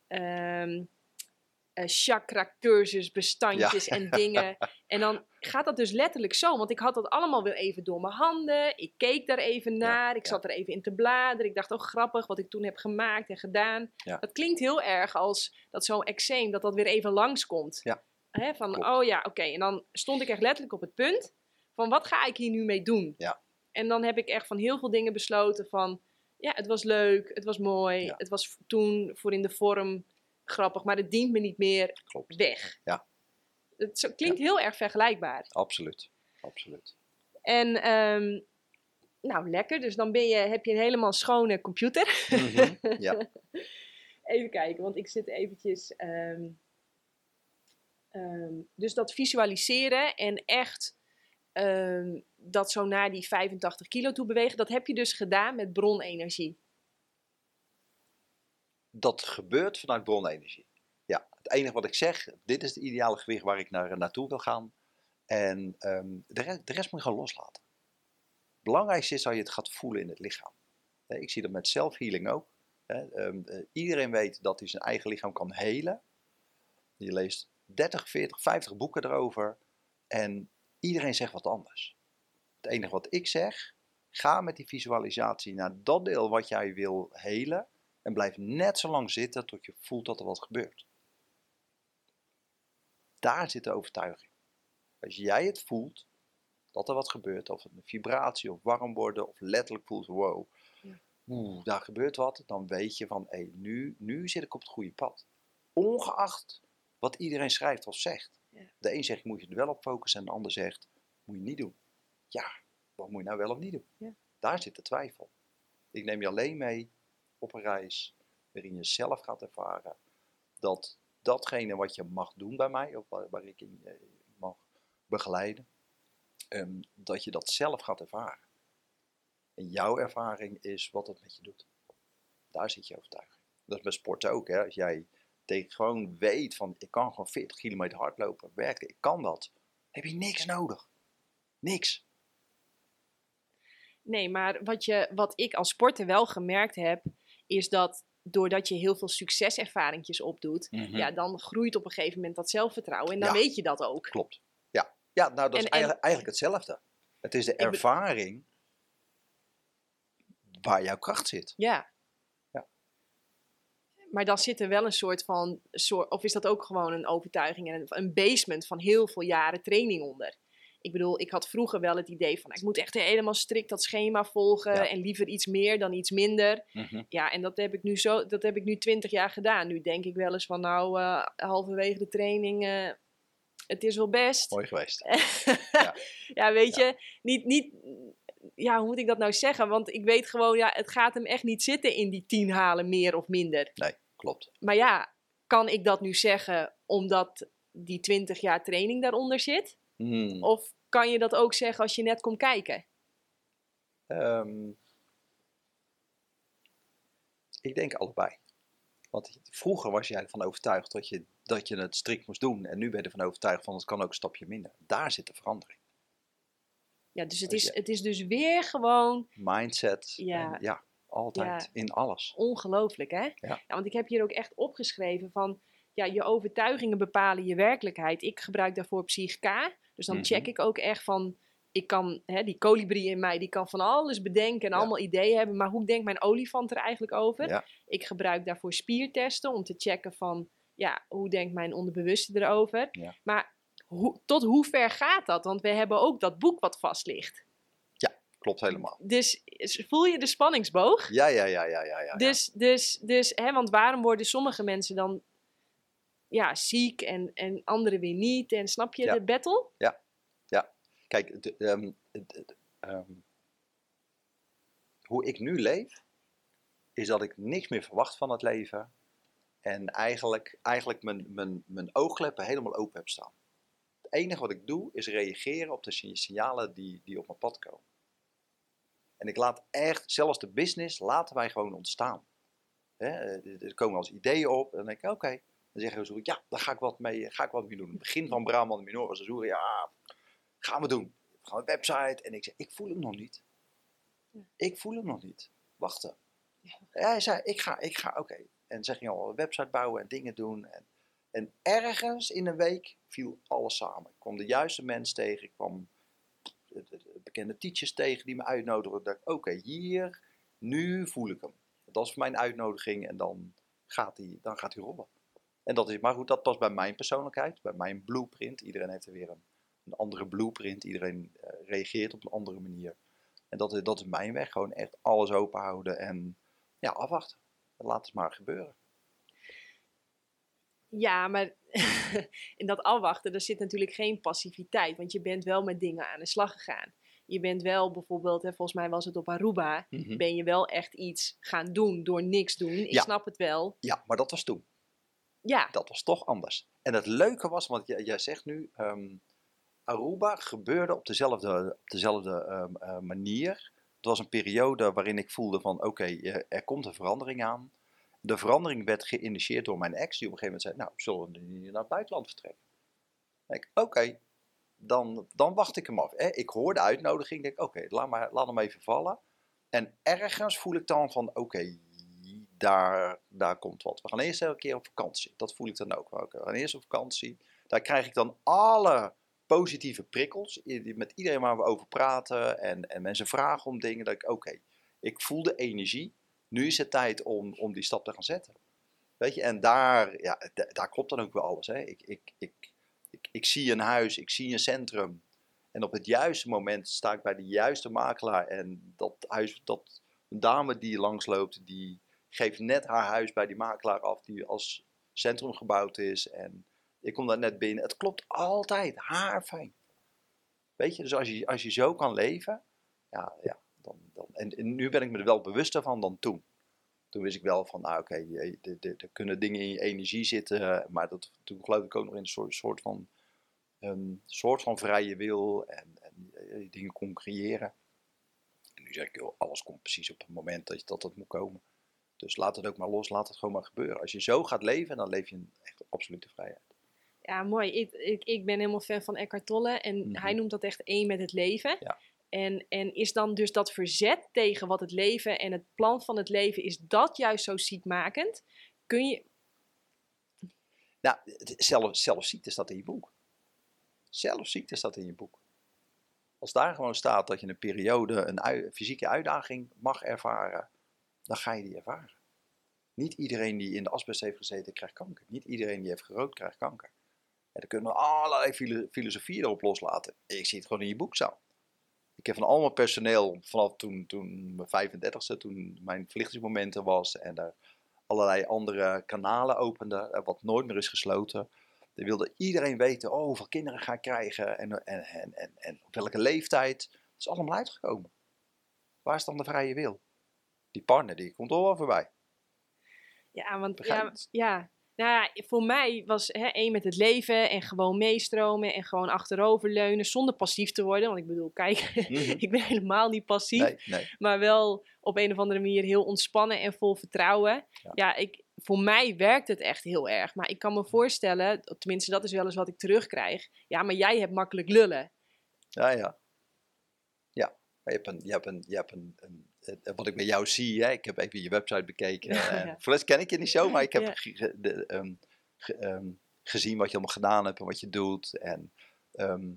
um, uh, chakra cursus, bestandjes ja. en dingen. En dan gaat dat dus letterlijk zo. Want ik had dat allemaal weer even door mijn handen. Ik keek daar even naar. Ja, ik zat ja. er even in te bladeren. Ik dacht, oh grappig wat ik toen heb gemaakt en gedaan. Ja. Dat klinkt heel erg als dat zo'n eczeem, dat dat weer even langskomt. Ja. Hè, van, Klopt. oh ja, oké. Okay. En dan stond ik echt letterlijk op het punt van, wat ga ik hier nu mee doen? Ja. En dan heb ik echt van heel veel dingen besloten van, ja, het was leuk, het was mooi. Ja. Het was toen voor in de vorm grappig, maar het dient me niet meer. Klopt. Weg. Ja. Het klinkt ja. heel erg vergelijkbaar. Absoluut, absoluut. En um, nou, lekker. Dus dan ben je, heb je een helemaal schone computer. Mm-hmm. Ja. Even kijken, want ik zit eventjes... Um, um, dus dat visualiseren en echt um, dat zo naar die vijfentachtig kilo toe bewegen, dat heb je dus gedaan met bronenergie. Dat gebeurt vanuit bronenergie. Ja, het enige wat ik zeg, dit is het ideale gewicht waar ik naar, naartoe wil gaan. En um, de, rest, de rest moet je gewoon loslaten. Het belangrijkste is dat je het gaat voelen in het lichaam. Ik zie dat met self-healing ook. Um, uh, iedereen weet dat hij zijn eigen lichaam kan helen. Je leest dertig, veertig, vijftig boeken erover. En iedereen zegt wat anders. Het enige wat ik zeg, ga met die visualisatie naar dat deel wat jij wil helen. En blijf net zo lang zitten tot je voelt dat er wat gebeurt. Daar zit de overtuiging. Als jij het voelt, dat er wat gebeurt, of het een vibratie of warm worden, of letterlijk voelt, wow, ja. oeh, daar gebeurt wat, dan weet je van, hé, nu, nu zit ik op het goede pad. Ongeacht wat iedereen schrijft of zegt. Ja. De een zegt, moet je er wel op focussen, en de ander zegt, moet je niet doen. Ja, wat moet je nou wel of niet doen? Ja. Daar zit de twijfel. Ik neem je alleen mee op een reis, waarin je zelf gaat ervaren dat datgene wat je mag doen bij mij, of waar, waar ik in uh, mag begeleiden, um, dat je dat zelf gaat ervaren. En jouw ervaring is wat het met je doet. Daar zit je overtuiging. Dat is bij sporten ook. Hè? Als jij tegen gewoon weet van, ik kan gewoon veertig kilometer hardlopen, werken, ik kan dat. Heb je niks nodig. Niks. Nee, maar wat, je, wat ik als sporter wel gemerkt heb, is dat doordat je heel veel succeservaringjes opdoet, mm-hmm. ja, dan groeit op een gegeven moment dat zelfvertrouwen. En dan ja, weet je dat ook. Klopt. Ja, ja nou dat en, is eigenlijk, en, eigenlijk hetzelfde. Het is de ervaring be- waar jouw kracht zit. Ja. ja. Maar dan zit er wel een soort van, soort, of is dat ook gewoon een overtuiging en een, een basement van heel veel jaren training onder? Ik bedoel, ik had vroeger wel het idee van, ik moet echt helemaal strikt dat schema volgen ja. en liever iets meer dan iets minder. Mm-hmm. Ja, en dat heb ik nu zo, dat heb ik nu twintig jaar gedaan. Nu denk ik wel eens van, nou, uh, halverwege de training, uh, het is wel best. Mooi geweest. ja. ja, weet ja. je, niet, niet, ja, hoe moet ik dat nou zeggen? Want ik weet gewoon, ja, het gaat hem echt niet zitten in die tien halen, meer of minder. Nee, klopt. Maar ja, kan ik dat nu zeggen omdat die twintig jaar training daaronder zit? Hmm. Of kan je dat ook zeggen als je net komt kijken? Um, ik denk allebei. Want vroeger was jij ervan overtuigd dat je, dat je het strikt moest doen. En nu ben je ervan overtuigd van het kan ook een stapje minder. Daar zit de verandering. Ja, dus het is, het is dus weer gewoon... Mindset. Ja, en, ja altijd. Ja, in alles. Ongelooflijk, hè? Ja. Ja, want ik heb hier ook echt opgeschreven van... Ja, je overtuigingen bepalen je werkelijkheid. Ik gebruik daarvoor Psych-K. Dus dan mm-hmm. check ik ook echt van... Ik kan, hè, die kolibrie in mij, die kan van alles bedenken en ja. allemaal ideeën hebben. Maar hoe denkt mijn olifant er eigenlijk over? Ja. Ik gebruik daarvoor spiertesten om te checken van... Ja, hoe denkt mijn onderbewuste erover? Ja. Maar ho- tot hoe ver gaat dat? Want we hebben ook dat boek wat vast ligt. Ja, klopt helemaal. Dus voel je de spanningsboog? Ja, ja, ja, ja, ja. ja. Dus, dus, dus hè, want waarom worden sommige mensen dan ja, ziek en, en anderen weer niet? En snap je ja. de battle? Ja, ja. Kijk, de, um, de, um, hoe ik nu leef, is dat ik niks meer verwacht van het leven. En eigenlijk, eigenlijk mijn, mijn, mijn oogkleppen helemaal open heb staan. Het enige wat ik doe, is reageren op de signalen die, die op mijn pad komen. En ik laat echt, zelfs de business, laten wij gewoon ontstaan. He, er komen als ideeën op en dan denk ik, oké. Okay. Dan zeggen we zo, ja, daar ga ik wat mee, ga ik wat mee doen. Het begin van Brahman Minoren, ze zeggen, ja, gaan we doen. We gaan een website. En ik zeg, ik voel hem nog niet. Ik voel hem nog niet. Wachten. Ja. Hij zei, ik ga, ik ga, oké. Okay. En ze gingen al een website bouwen en dingen doen. En, en ergens in een week viel alles samen. Ik kwam de juiste mens tegen. Ik kwam de, de, de bekende teachers tegen die me uitnodigden. Ik dacht, oké, okay, hier, nu voel ik hem. Dat is mijn uitnodiging en dan gaat hij, dan gaat hij rollen. En dat is, maar goed, dat past bij mijn persoonlijkheid, bij mijn blueprint. Iedereen heeft er weer een, een andere blueprint. Iedereen uh, reageert op een andere manier. En dat, dat is mijn weg. Gewoon echt alles open houden en ja, afwachten. Laat het maar gebeuren. Ja, maar in dat afwachten, daar zit natuurlijk geen passiviteit. Want je bent wel met dingen aan de slag gegaan. Je bent wel bijvoorbeeld, hè, volgens mij was het op Aruba, mm-hmm. ben je wel echt iets gaan doen door niks doen. Ik ja. snap het wel. Ja, maar dat was toen. Ja. Dat was toch anders. En het leuke was, want jij, jij zegt nu, um, Aruba gebeurde op dezelfde, op dezelfde um, uh, manier. Het was een periode waarin ik voelde van, oké, okay, er komt een verandering aan. De verandering werd geïnitieerd door mijn ex, die op een gegeven moment zei, nou, zullen we nu naar het buitenland vertrekken? Oké, okay, dan, dan wacht ik hem af. Hè? Ik hoor de uitnodiging, denk oké, okay, laat, maar, laat hem even vallen. En ergens voel ik dan van, oké, okay, daar, daar komt wat. We gaan eerst een keer op vakantie. Dat voel ik dan ook. We gaan eerst op vakantie. Daar krijg ik dan alle positieve prikkels. Met iedereen waar we over praten. En, en mensen vragen om dingen. Dat ik, oké, okay, ik voel de energie. Nu is het tijd om, om die stap te gaan zetten. Weet je, en daar, ja, d- daar klopt dan ook weer alles. Hè. Ik, ik, ik, ik, ik zie een huis, ik zie een centrum. En op het juiste moment sta ik bij de juiste makelaar. En dat huis, dat een dame die langsloopt, die geeft net haar huis bij die makelaar af, die als centrum gebouwd is. En ik kom daar net binnen. Het klopt altijd, haarfijn. Weet je, dus als je, als je zo kan leven, ja, ja dan, dan, en, en nu ben ik me er wel bewuster van dan toen. Toen wist ik wel van, nou oké, okay, er kunnen dingen in je energie zitten, maar dat, toen geloof ik ook nog in een soort, soort van een soort van vrije wil en, en je dingen kon creëren. En nu zeg ik, joh, alles komt precies op het moment dat, dat het moet komen. Dus laat het ook maar los, laat het gewoon maar gebeuren. Als je zo gaat leven, dan leef je een echt absolute vrijheid. Ja, mooi. Ik, ik, ik ben helemaal fan van Eckhart Tolle en mm-hmm. hij noemt dat echt één met het leven. Ja. En, en is dan dus dat verzet tegen wat het leven en het plan van het leven, is dat juist zo ziekmakend? Kun je... Nou, zelf, zelfziekte staat in je boek. Zelfziekte staat in je boek. Als daar gewoon staat dat je een periode een ui, fysieke uitdaging mag ervaren, dan ga je die ervaren. Niet iedereen die in de asbest heeft gezeten krijgt kanker. Niet iedereen die heeft gerookt krijgt kanker. En dan kunnen we allerlei filo- filosofieën erop loslaten. Ik zie het gewoon in je boek staan. Ik heb van al mijn personeel, vanaf toen, toen mijn vijfendertigste, toen mijn verlichtingsmomenten was en er allerlei andere kanalen opende, wat nooit meer is gesloten. Dan wilde iedereen weten, oh, hoeveel kinderen ga ik krijgen en, en, en, en, en op welke leeftijd. Dat is allemaal uitgekomen. Waar is dan de vrije wil? Die partner, die komt er wel voorbij. Ja, want ja, ja, nou ja, voor mij was hè, één met het leven en gewoon meestromen en gewoon achteroverleunen zonder passief te worden. Want ik bedoel, kijk, mm-hmm. ik ben helemaal niet passief, nee, nee. maar wel op een of andere manier heel ontspannen en vol vertrouwen. Ja, ja ik, voor mij werkt het echt heel erg. Maar ik kan me voorstellen, tenminste dat is wel eens wat ik terugkrijg. Ja, maar jij hebt makkelijk lullen. Ja, ja. Je hebt een, je hebt een, je hebt een, een, een wat ik bij jou zie, hè? Ik heb even je website bekeken. Ja, uh, ja. Voor de ken ik je niet zo, maar ik heb Ja. ge, de, um, ge, um, gezien wat je allemaal gedaan hebt en wat je doet. En um,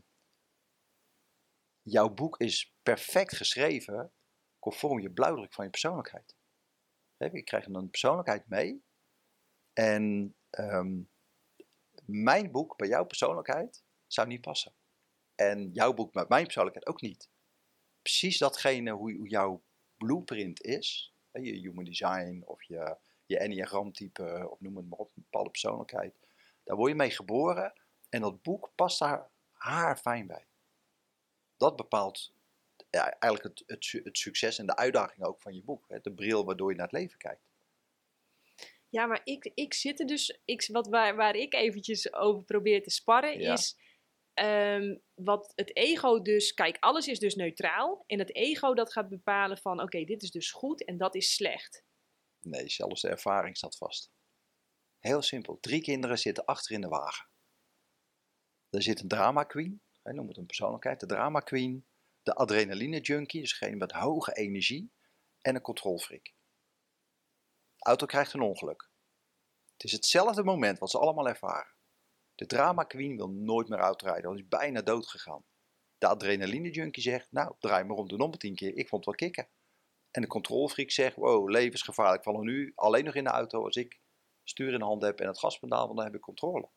jouw boek is perfect geschreven conform je blauwdruk van je persoonlijkheid. Je krijgt een persoonlijkheid mee. En um, mijn boek bij jouw persoonlijkheid zou niet passen. En jouw boek met mijn persoonlijkheid ook niet. Precies datgene hoe, hoe jouw blueprint is. Je human design of je, je enneagramtype of noem het maar op. Een bepaalde persoonlijkheid. Daar word je mee geboren. En dat boek past daar haar fijn bij. Dat bepaalt ja, eigenlijk het, het, het succes en de uitdaging ook van je boek. Hè? De bril waardoor je naar het leven kijkt. Ja, maar ik, ik zit er dus... Ik, wat, waar, waar ik eventjes over probeer te sparren ja. is... Um, wat het ego dus... Kijk, alles is dus neutraal. En het ego dat gaat bepalen van... Oké, okay, dit is dus goed en dat is slecht. Nee, zelfs de ervaring staat vast. Heel simpel. Drie kinderen zitten achter in de wagen. Er zit een drama queen. Hij noemt het een persoonlijkheid. De drama queen. De adrenaline junkie. Dus degene met hoge energie. En een controlfreak. De auto krijgt een ongeluk. Het is hetzelfde moment wat ze allemaal ervaren. De drama queen wil nooit meer autorijden. Dat is bijna dood gegaan. De adrenaline junkie zegt, nou, draai maar om, doe nog maar tien keer. Ik vond het wel kicken. En de controlfreak zegt, wow, levensgevaarlijk. Ik val nu alleen nog in de auto als ik stuur in de hand heb en het gaspedaal, want dan heb ik controle.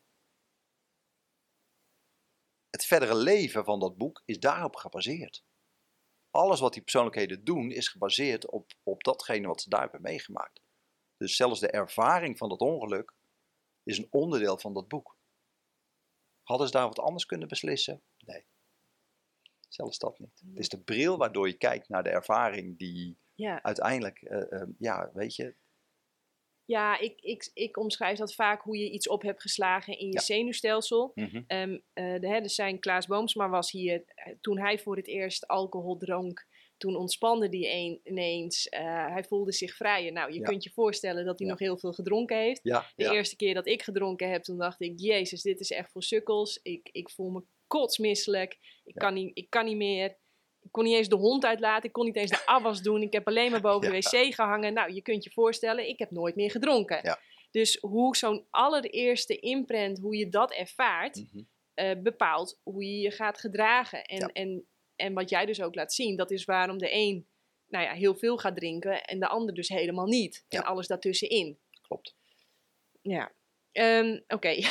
Het verdere leven van dat boek is daarop gebaseerd. Alles wat die persoonlijkheden doen is gebaseerd op, op datgene wat ze daar hebben meegemaakt. Dus zelfs de ervaring van dat ongeluk is een onderdeel van dat boek. Hadden ze daar wat anders kunnen beslissen? Nee. Zelfs dat niet. Het is de bril waardoor je kijkt naar de ervaring die ja. uiteindelijk, uh, uh, ja, weet je... Ja, ik, ik, ik omschrijf dat vaak hoe je iets op hebt geslagen in je ja. zenuwstelsel. Mm-hmm. Um, uh, de, hè, dus zijn Klaas Boomsma was hier, toen hij voor het eerst alcohol dronk, toen ontspande hij een, ineens. Uh, hij voelde zich vrijer. Nou, je ja. kunt je voorstellen dat hij ja. nog heel veel gedronken heeft. Ja, de ja. eerste keer dat ik gedronken heb, toen dacht ik, jezus, dit is echt voor sukkels. Ik, ik voel me kotsmisselijk. Ik, ja. kan niet, ik kan niet meer. Ik kon niet eens de hond uitlaten. Ik kon niet eens de afwas doen. Ik heb alleen maar boven ja. de wc gehangen. Nou, je kunt je voorstellen, ik heb nooit meer gedronken. Ja. Dus hoe zo'n allereerste imprint, hoe je dat ervaart, mm-hmm. uh, bepaalt hoe je je gaat gedragen. En, ja. en, en wat jij dus ook laat zien, dat is waarom de een nou ja, heel veel gaat drinken en de ander dus helemaal niet. Ja. En alles daartussenin. Klopt. Ja. Um, Oké. Okay.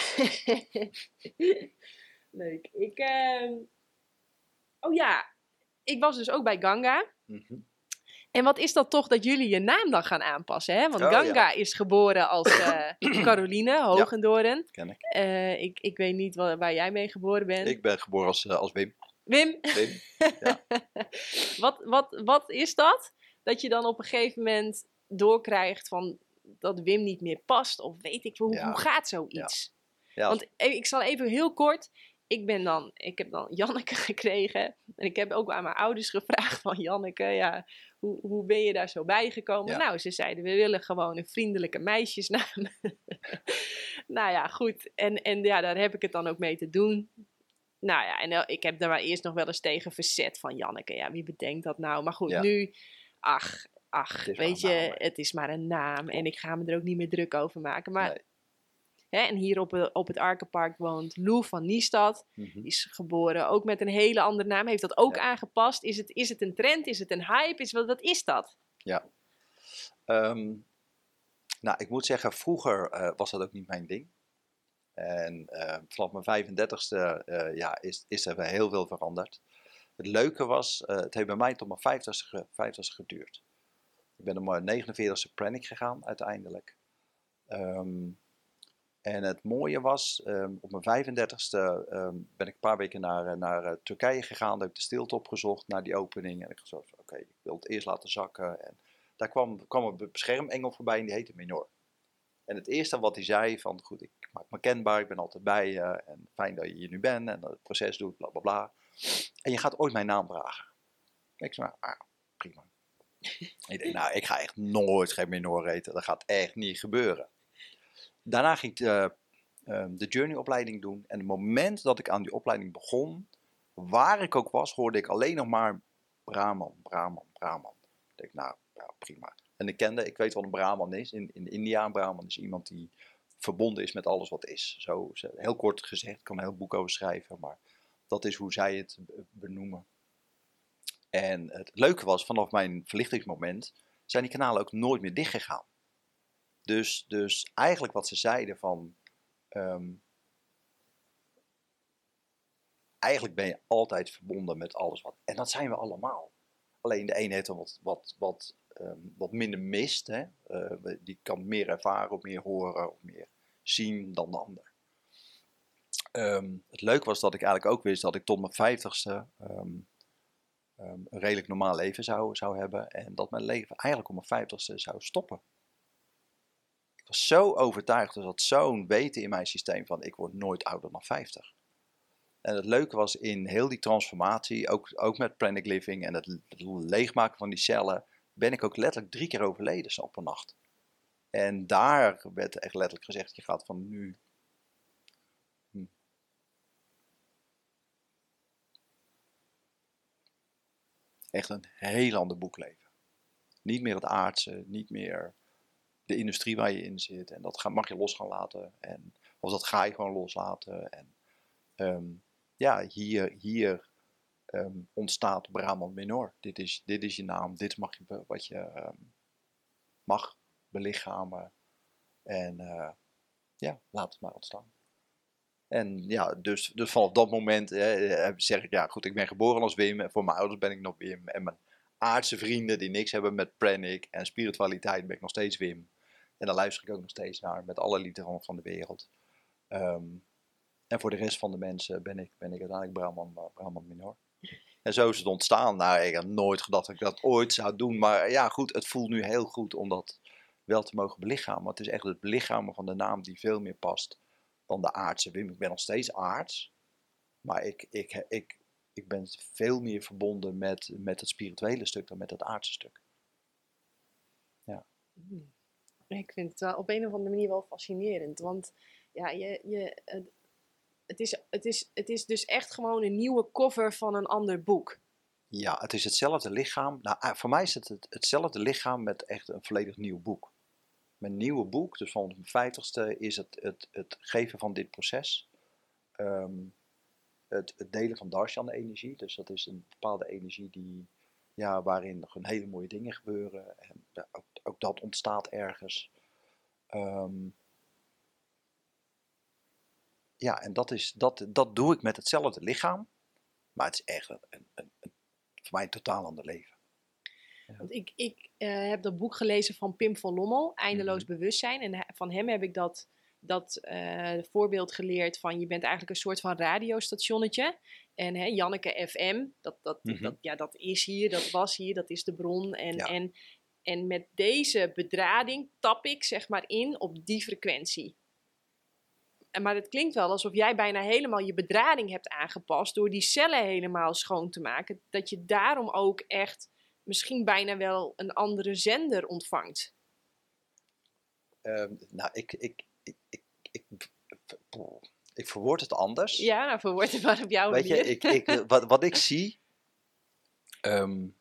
Leuk. Ik... Uh... Oh ja. Ik was dus ook bij Ganga. Mm-hmm. En wat is dat toch dat jullie je naam dan gaan aanpassen, hè? Want oh, Ganga ja. is geboren als uh, Caroline Hogendoorn. Ja, ken ik. Uh, ik. Ik weet niet waar, waar jij mee geboren bent. Ik ben geboren als, uh, als Wim. Wim? Wim, ja. wat, wat, wat is dat? Dat je dan op een gegeven moment doorkrijgt van dat Wim niet meer past? Of weet ik hoe, ja. hoe gaat zoiets? Ja. Ja, als... Want ik zal even heel kort... Ik ben dan, ik heb dan Janneke gekregen. En ik heb ook aan mijn ouders gevraagd van Janneke, ja, hoe, hoe ben je daar zo bij gekomen? Ja. Nou, ze zeiden, we willen gewoon een vriendelijke meisjesnaam. Nou ja, goed. En, en ja, daar heb ik het dan ook mee te doen. Nou ja, en ik heb daar maar eerst nog wel eens tegen verzet van Janneke. Ja, wie bedenkt dat nou? Maar goed, ja. nu, ach, ach, weet je, naam, het is maar een naam. En ik ga me er ook niet meer druk over maken. Maar... Nee. Hè, en hier op, op het Arkenpark woont Lou van Niestad. Mm-hmm. Die is geboren ook met een hele andere naam. Heeft dat ook ja. aangepast? Is het, is het een trend? Is het een hype? Is, wat, wat is dat? Ja. Um, nou, ik moet zeggen, vroeger uh, was dat ook niet mijn ding. En uh, vanaf mijn vijfendertigste uh, ja, is, is er heel veel veranderd. Het leuke was, uh, het heeft bij mij tot mijn vijftigste, vijftigste geduurd. Ik ben op mijn negenenveertigste Pranic gegaan uiteindelijk. Um, En het mooie was, um, op mijn vijfendertigste um, ben ik een paar weken naar, naar uh, Turkije gegaan. Daar heb ik de stilte opgezocht naar die opening. En ik zei, oké, okay, ik wil het eerst laten zakken. En daar kwam, kwam een beschermengel voorbij en die heette Menor. En het eerste wat hij zei van, goed, ik maak me kenbaar, ik ben altijd bij je. En fijn dat je hier nu bent en dat het proces doet, bla bla bla. En je gaat ooit mijn naam dragen. Ik zei, ah, prima. Ik denk, nou, ik ga echt nooit geen Menor heten. Dat gaat echt niet gebeuren. Daarna ging ik de, uh, de journey-opleiding doen. En het moment dat ik aan die opleiding begon, waar ik ook was, hoorde ik alleen nog maar Brahman, Brahman, Brahman. Ik denk, nou, ja, prima. En ik kende, ik weet wat een Brahman is. In, in India, een Brahman is iemand die verbonden is met alles wat is. Zo, heel kort gezegd, ik kan een heel boek over schrijven, maar dat is hoe zij het benoemen. En het leuke was, vanaf mijn verlichtingsmoment zijn die kanalen ook nooit meer dichtgegaan. Dus, dus eigenlijk wat ze zeiden van, um, eigenlijk ben je altijd verbonden met alles wat, en dat zijn we allemaal. Alleen de een heeft dan wat, wat, wat, um, wat minder mist, hè? Uh, die kan meer ervaren, of meer horen, of meer zien dan de ander. Um, het leuke was dat ik eigenlijk ook wist dat ik tot mijn vijftigste um, um, een redelijk normaal leven zou, zou hebben. En dat mijn leven eigenlijk op mijn vijftigste zou stoppen. Ik was zo overtuigd, er zat zo'n weten in mijn systeem van ik word nooit ouder dan vijftig. En het leuke was in heel die transformatie, ook, ook met Pranic Living en het, het leegmaken van die cellen, ben ik ook letterlijk drie keer overleden op een nacht. En daar werd echt letterlijk gezegd, je gaat van nu... Hm. Echt een heel ander boek leven. Niet meer het aardse, niet meer de industrie waar je in zit. En dat mag je los gaan laten. En, of dat ga je gewoon loslaten. En um, ja, hier, hier um, ontstaat Brahman Minor. Dit is, dit is je naam, dit mag je, wat je um, mag belichamen. En uh, ja, laat het maar ontstaan. En ja, dus, dus vanaf dat moment eh, zeg ik, ja goed, ik ben geboren als Wim. En voor mijn ouders ben ik nog Wim. En mijn aardse vrienden die niks hebben met Pranic en spiritualiteit ben ik nog steeds Wim. En daar luister ik ook nog steeds naar, met alle liefde van, van de wereld. Um, en voor de rest van de mensen ben ik, ben ik uiteindelijk Brahman, uh, Brahman Minor. En zo is het ontstaan. Nou, ik had nooit gedacht dat ik dat ooit zou doen. Maar ja, goed, het voelt nu heel goed om dat wel te mogen belichamen. Het is echt het belichamen van de naam die veel meer past dan de aardse Wim. Ik ben nog steeds aards. Maar ik, ik, ik, ik ben veel meer verbonden met, met het spirituele stuk dan met het aardse stuk. Ja. Ik vind het wel op een of andere manier wel fascinerend. Want ja, je, je, het, is, het, is, het is dus echt gewoon een nieuwe cover van een ander boek. Ja, het is hetzelfde lichaam. Nou, voor mij is het, het hetzelfde lichaam met echt een volledig nieuw boek. Mijn nieuwe boek, dus van mijn vijftigste, is het, het, het geven van dit proces. Um, het, het delen van Darshan-energie. Dus dat is een bepaalde energie die, ja, waarin nog een hele mooie dingen gebeuren. En ja, ook, ook dat ontstaat ergens. Um, ja, en dat, is, dat, dat doe ik met hetzelfde lichaam. Maar het is echt een, een, een, een, voor mij een totaal ander leven. Ja. Want ik, ik uh, heb dat boek gelezen van Pim van Lommel, Eindeloos mm-hmm. Bewustzijn. En van hem heb ik dat, dat uh, voorbeeld geleerd van je bent eigenlijk een soort van radiostationnetje. En hè, Janneke F M, dat, dat, mm-hmm. dat, ja, dat is hier, dat was hier, dat is de bron. En, ja. en, en met deze bedrading tap ik zeg maar in op die frequentie. Maar het klinkt wel alsof jij bijna helemaal je bedrading hebt aangepast door die cellen helemaal schoon te maken. Dat je daarom ook echt misschien bijna wel een andere zender ontvangt. Um, nou, ik, ik, ik, ik, ik, ik verwoord het anders. Ja, nou verwoord het maar op jouw Weet manier. je, ik, ik, wat, wat ik zie, um,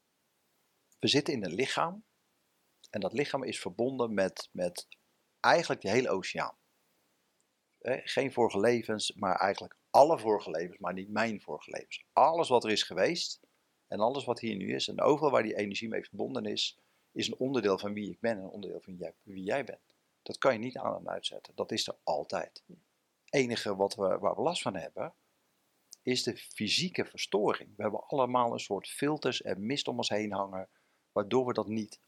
we zitten in een lichaam en dat lichaam is verbonden met, met eigenlijk de hele oceaan. Eh, geen vorige levens, maar eigenlijk alle vorige levens, maar niet mijn vorige levens. Alles wat er is geweest en alles wat hier nu is en overal waar die energie mee verbonden is, is een onderdeel van wie ik ben en een onderdeel van jij, wie jij bent. Dat kan je niet aan en uitzetten. Dat is er altijd. Het enige wat we, waar we last van hebben, is de fysieke verstoring. We hebben allemaal een soort filters en mist om ons heen hangen, waardoor we dat niet,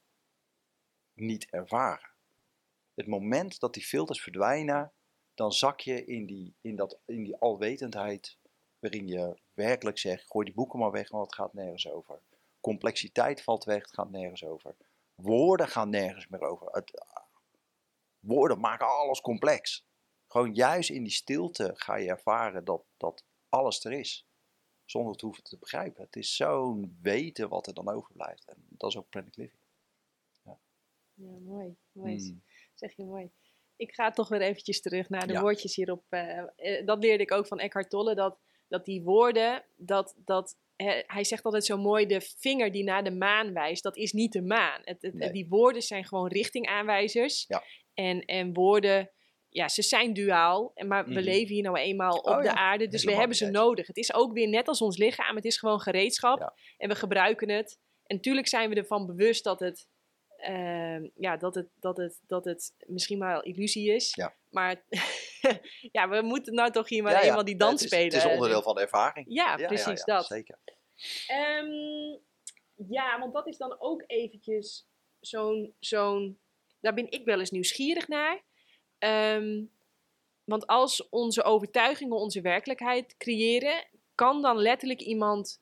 niet ervaren. Het moment dat die filters verdwijnen, dan zak je in die, in, dat, in die alwetendheid, waarin je werkelijk zegt, gooi die boeken maar weg, want het gaat nergens over. Complexiteit valt weg, het gaat nergens over. Woorden gaan nergens meer over. Het, woorden maken alles complex. Gewoon juist in die stilte ga je ervaren dat, dat alles er is. Zonder het hoeven te begrijpen. Het is zo'n weten wat er dan overblijft. En dat is ook Pranic Living. Ja, ja mooi. mooi. Hmm. Zeg je mooi. Ik ga toch weer eventjes terug naar de ja. woordjes hierop. Uh, uh, dat leerde ik ook van Eckhart Tolle. Dat, dat die woorden, dat, dat He, hij zegt altijd zo mooi, de vinger die naar de maan wijst, dat is niet de maan. Het, het, Nee. Die woorden zijn gewoon richtingaanwijzers. Ja. En, en woorden, ja, ze zijn duaal. Maar Mm-hmm. we leven hier nou eenmaal op oh, de ja. aarde, dus Helemaal we hebben ze niet nodig. Het is ook weer net als ons lichaam, het is gewoon gereedschap. Ja. En we gebruiken het. En natuurlijk zijn we ervan bewust dat het, uh, ja, dat het, dat het, dat het misschien maar illusie is. Ja. Maar ja, we moeten nou toch hier maar ja, ja. eenmaal die dans het is, spelen. Het is onderdeel van de ervaring. Ja, ja precies ja, ja, dat. Zeker. Um, ja, want dat is dan ook eventjes zo'n, zo'n... Daar ben ik wel eens nieuwsgierig naar. Um, want als onze overtuigingen onze werkelijkheid creëren, kan dan letterlijk iemand...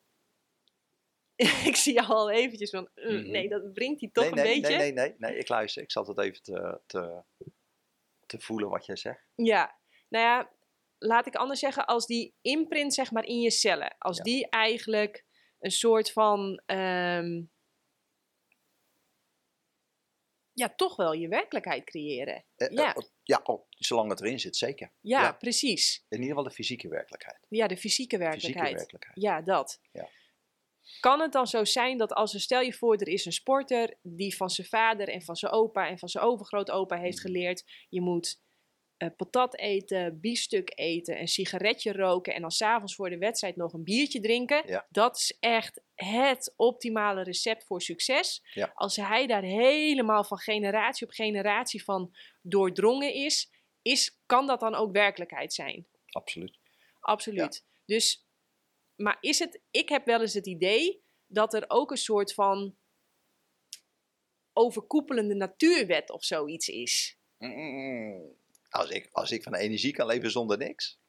ik zie jou al eventjes van... Uh, mm-hmm. Nee, dat brengt hij toch nee, nee, een beetje. Nee, nee, nee, nee, ik luister. Ik zat het even te, te, te voelen wat jij zegt. Ja, nou ja, laat ik anders zeggen, als die imprint zeg maar in je cellen, als ja. die eigenlijk een soort van, um, ja, toch wel je werkelijkheid creëren. Uh, ja, uh, ja oh, zolang het erin zit, zeker. Ja, ja, precies. In ieder geval de fysieke werkelijkheid. Ja, de fysieke werkelijkheid. Fysieke werkelijkheid. Ja, dat. Ja. Kan het dan zo zijn dat als er, stel je voor, er is een sporter die van zijn vader en van zijn opa en van zijn overgrootopa heeft geleerd, je moet uh, patat eten, biefstuk eten, een sigaretje roken en dan 's avonds voor de wedstrijd nog een biertje drinken. Ja. Dat is echt het optimale recept voor succes. Ja. Als hij daar helemaal van generatie op generatie van doordrongen is, is kan dat dan ook werkelijkheid zijn? Absoluut. Absoluut. Ja. Dus, maar is het, ik heb wel eens het idee dat er ook een soort van overkoepelende natuurwet of zoiets is. Mm-mm. Als ik, als ik van energie kan leven zonder niks.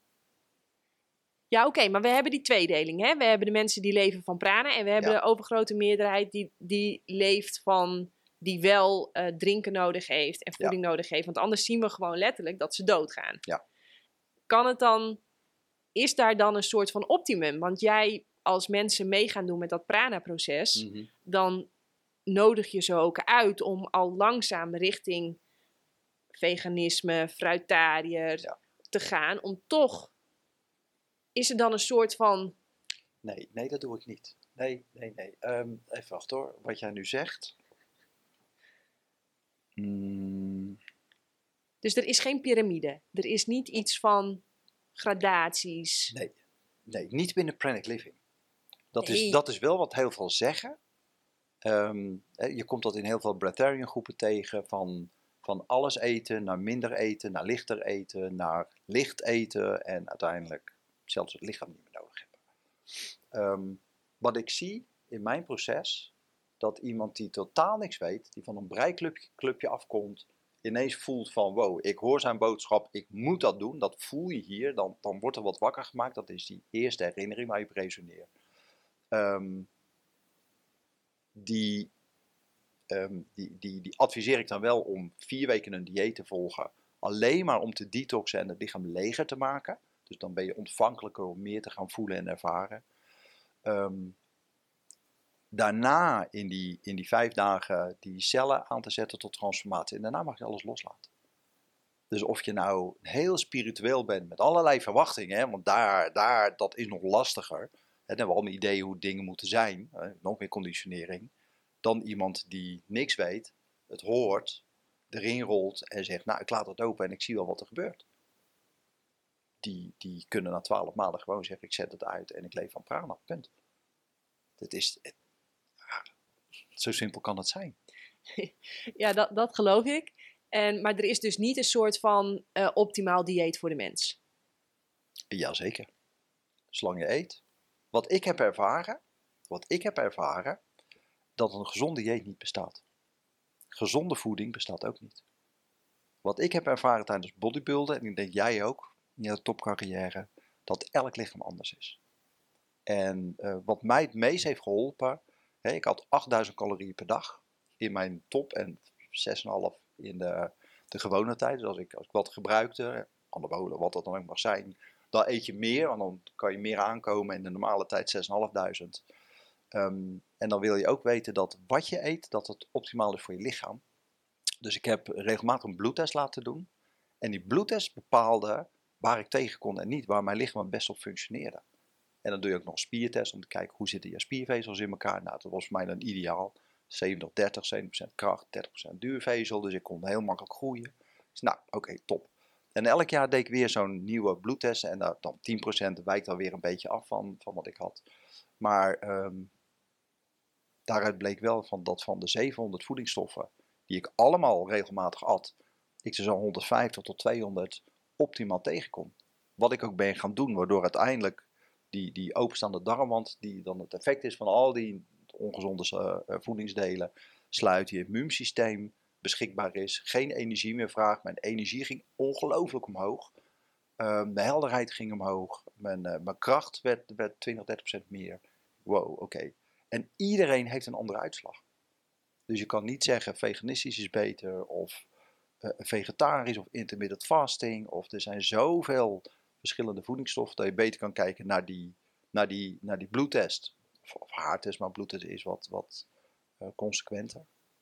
Ja, oké, okay, maar we hebben die tweedeling. Hè? We hebben de mensen die leven van prana en we hebben ja. de overgrote meerderheid die, die leeft van, die wel uh, drinken nodig heeft en voeding ja. nodig heeft. Want anders zien we gewoon letterlijk dat ze doodgaan. Ja. Kan het dan, is daar dan een soort van optimum? Want jij, als mensen mee gaan doen met dat prana-proces, mm-hmm. dan nodig je ze ook uit om al langzaam richting veganisme, fruitariër ja. te gaan, om toch, is er dan een soort van... Nee, nee, dat doe ik niet. Nee, nee, nee. Um, even wachten hoor, wat jij nu zegt. Mm. Dus er is geen piramide. Er is niet iets van gradaties. Nee, nee, niet binnen Pranic Living. Dat, nee. is, dat is wel wat heel veel zeggen. Um, je komt dat in heel veel breatharian groepen tegen, van... Van alles eten, naar minder eten, naar lichter eten, naar licht eten en uiteindelijk zelfs het lichaam niet meer nodig hebben. Um, wat ik zie in mijn proces, dat iemand die totaal niks weet, die van een breiklubje clubje afkomt, ineens voelt van wow, ik hoor zijn boodschap, ik moet dat doen, dat voel je hier, dan, dan wordt er wat wakker gemaakt, dat is die eerste herinnering waar je op resoneert. Um, die... Um, die, die, die adviseer ik dan wel om vier weken een dieet te volgen. Alleen maar om te detoxen en het lichaam leger te maken. Dus dan ben je ontvankelijker om meer te gaan voelen en ervaren. Um, daarna in die, in die vijf dagen die cellen aan te zetten tot transformatie. En daarna mag je alles loslaten. Dus of je nou heel spiritueel bent met allerlei verwachtingen. Hè, want daar, daar, dat is nog lastiger. Hè, dan hebben we allemaal ideeën hoe dingen moeten zijn. Hè, nog meer conditionering. Dan iemand die niks weet, het hoort, erin rolt en zegt, nou ik laat het open en ik zie wel wat er gebeurt. Die, die kunnen na twaalf maanden gewoon zeggen, ik zet het uit en ik leef van prana, punt. Het is, het, ja, zo simpel kan het zijn. Ja, dat, dat geloof ik. En, maar er is dus niet een soort van uh, optimaal dieet voor de mens. Jazeker. Zolang je eet. Wat ik heb ervaren, wat ik heb ervaren, dat een gezonde dieet niet bestaat. Gezonde voeding bestaat ook niet. Wat ik heb ervaren tijdens bodybuilden, en ik denk jij ook, in jouw topcarrière, dat elk lichaam anders is. En uh, wat mij het meest heeft geholpen, hè, ik had achtduizend calorieën per dag in mijn top en zes komma vijf in de, de gewone tijd. Dus als ik, als ik wat gebruikte, anabolen, wat dat dan ook mag zijn, dan eet je meer, want dan kan je meer aankomen in de normale tijd zes komma vijfduizend. Um, en dan wil je ook weten dat wat je eet, dat het optimaal is voor je lichaam. Dus ik heb regelmatig een bloedtest laten doen. En die bloedtest bepaalde waar ik tegen kon en niet, waar mijn lichaam het best op functioneerde. En dan doe je ook nog een spiertest om te kijken hoe zitten je spiervezels in elkaar. Nou, dat was voor mij dan ideaal. zeventig dertig, zeventig procent kracht, dertig procent duurvezel. Dus ik kon heel makkelijk groeien. Dus nou, oké, okay, top. En elk jaar deed ik weer zo'n nieuwe bloedtest. En uh, dan tien procent wijkt dan weer een beetje af van, van wat ik had. Maar um, daaruit bleek wel van dat van de zevenhonderd voedingsstoffen die ik allemaal regelmatig at, ik er zo'n honderdvijftig tot tweehonderd optimaal tegenkom. Wat ik ook ben gaan doen, waardoor uiteindelijk die, die openstaande darmwand, die dan het effect is van al die ongezonde uh, voedingsdelen, sluit, je immuunsysteem beschikbaar is, geen energie meer vraagt. Mijn energie ging ongelooflijk omhoog. Uh, mijn helderheid ging omhoog. Mijn, uh, mijn kracht werd, werd twintig, dertig procent meer. Wow, oké. Okay. En iedereen heeft een andere uitslag. Dus je kan niet zeggen veganistisch is beter of uh, vegetarisch of intermittent fasting. Of er zijn zoveel verschillende voedingsstoffen dat je beter kan kijken naar die, naar die, naar die bloedtest. Of, of haartest, maar bloedtest is wat, wat uh, consequenter.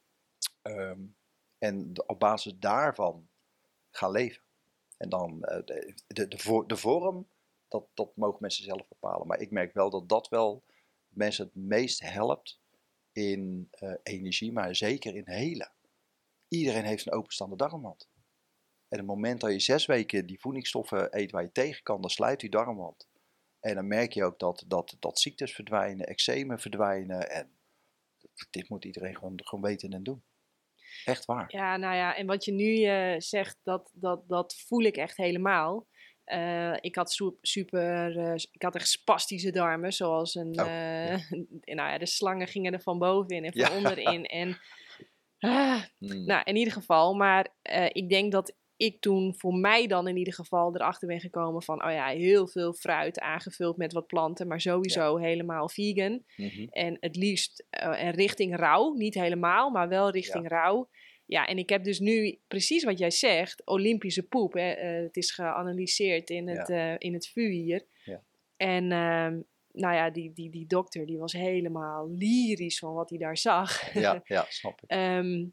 Um, en de, op basis daarvan gaan leven. En dan uh, de, de, de, de vorm, dat, dat mogen mensen zelf bepalen. Maar ik merk wel dat dat wel mensen het meest helpt in uh, energie, maar zeker in helen. Iedereen heeft een openstaande darmwand. En het moment dat je zes weken die voedingsstoffen eet waar je tegen kan, dan sluit die darmwand. En dan merk je ook dat, dat, dat ziektes verdwijnen, eczemen verdwijnen. En dit moet iedereen gewoon, gewoon weten en doen. Echt waar. Ja, nou ja, en wat je nu uh, zegt, dat, dat, dat voel ik echt helemaal. Uh, ik had super, uh, ik had echt spastische darmen, zoals een, oh, uh, ja. nou ja, de slangen gingen er van bovenin en van ja. onderin. En, uh, mm. nou, in ieder geval, maar uh, ik denk dat ik toen voor mij dan in ieder geval erachter ben gekomen van, oh ja, heel veel fruit aangevuld met wat planten, maar sowieso ja. helemaal vegan. Mm-hmm. En het liefst uh, en richting rauw, niet helemaal, maar wel richting ja. rauw. Ja, en ik heb dus nu precies wat jij zegt, Olympische poep. Hè. Uh, het is geanalyseerd in het, ja. uh, in het V U hier. Ja. En uh, nou ja, die, die, die dokter die was helemaal lyrisch van wat hij daar zag. Ja, ja, snap ik. um,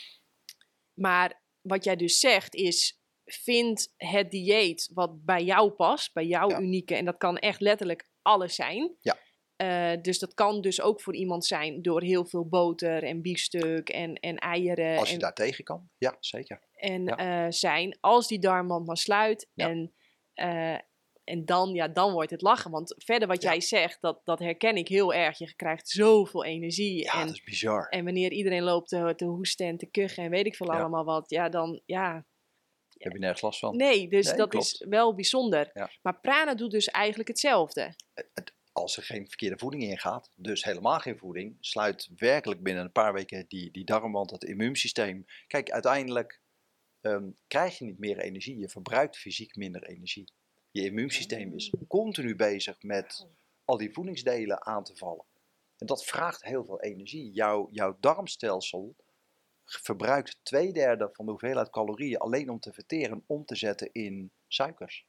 maar wat jij dus zegt is, vind het dieet wat bij jou past, bij jouw ja. unieke. En dat kan echt letterlijk alles zijn. Ja. Uh, dus dat kan dus ook voor iemand zijn door heel veel boter en biefstuk en, en eieren. Als je en, daar tegen kan, ja, zeker. En ja. Uh, zijn, als die darmwand maar sluit. Ja. En, uh, en dan, ja, dan wordt het lachen. Want verder wat ja. jij zegt, dat, dat herken ik heel erg. Je krijgt zoveel energie. Ja, en, dat is bizar. En wanneer iedereen loopt te, te hoesten en te kuchen en weet ik veel ja. allemaal wat. Ja, dan, ja... Heb je nergens last van? Nee, dus nee, dat klopt. is wel bijzonder. Ja. Maar prana doet dus eigenlijk hetzelfde. Het, het, als er geen verkeerde voeding in gaat, dus helemaal geen voeding, sluit werkelijk binnen een paar weken die, die darmwand, het immuunsysteem. Kijk, uiteindelijk um, krijg je niet meer energie. Je verbruikt fysiek minder energie. Je immuunsysteem is continu bezig met al die voedingsdelen aan te vallen. En dat vraagt heel veel energie. Jouw, jouw darmstelsel verbruikt twee derde van de hoeveelheid calorieën alleen om te verteren, om te zetten in suikers.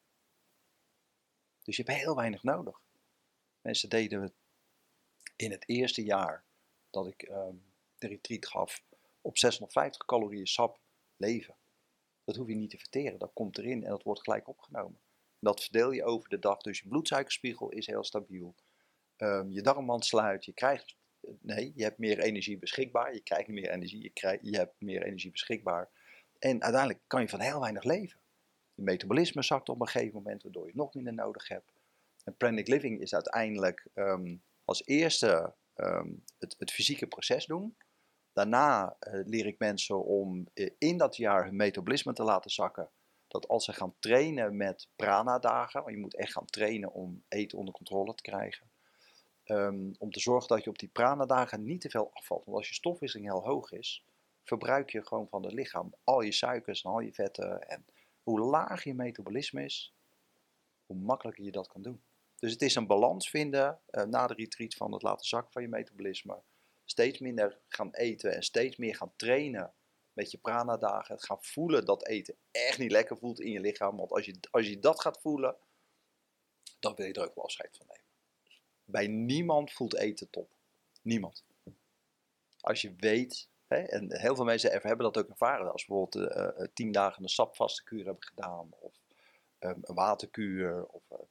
Dus je hebt heel weinig nodig. Mensen deden het in het eerste jaar dat ik um, de retreat gaf op zeshonderdvijftig calorieën sap leven. Dat hoef je niet te verteren, dat komt erin en dat wordt gelijk opgenomen. Dat verdeel je over de dag, dus je bloedsuikerspiegel is heel stabiel. Um, je darmwand sluit, je krijgt, nee, je hebt meer energie beschikbaar. Je krijgt meer energie, je, krijgt, je hebt meer energie beschikbaar. En uiteindelijk kan je van heel weinig leven. Je metabolisme zakt op een gegeven moment, waardoor je nog minder nodig hebt. En Pranic Living is uiteindelijk um, als eerste um, het, het fysieke proces doen. Daarna uh, leer ik mensen om uh, in dat jaar hun metabolisme te laten zakken. Dat als ze gaan trainen met prana-dagen, want je moet echt gaan trainen om eten onder controle te krijgen. Um, om te zorgen dat je op die prana-dagen niet te veel afvalt. Want als je stofwisseling heel hoog is, verbruik je gewoon van het lichaam al je suikers en al je vetten. En hoe laag je metabolisme is, hoe makkelijker je dat kan doen. Dus het is een balans vinden uh, na de retreat van het laten zakken van je metabolisme. Steeds minder gaan eten en steeds meer gaan trainen met je prana-dagen. Het gaan voelen dat eten echt niet lekker voelt in je lichaam. Want als je, als je dat gaat voelen, dan wil je er ook wel afscheid van nemen. Bij niemand voelt eten top. Niemand. Als je weet, hè, en heel veel mensen hebben dat ook ervaren. Als we bijvoorbeeld uh, tien dagen een sapvaste kuur hebben gedaan. Of um, een waterkuur. Of uh,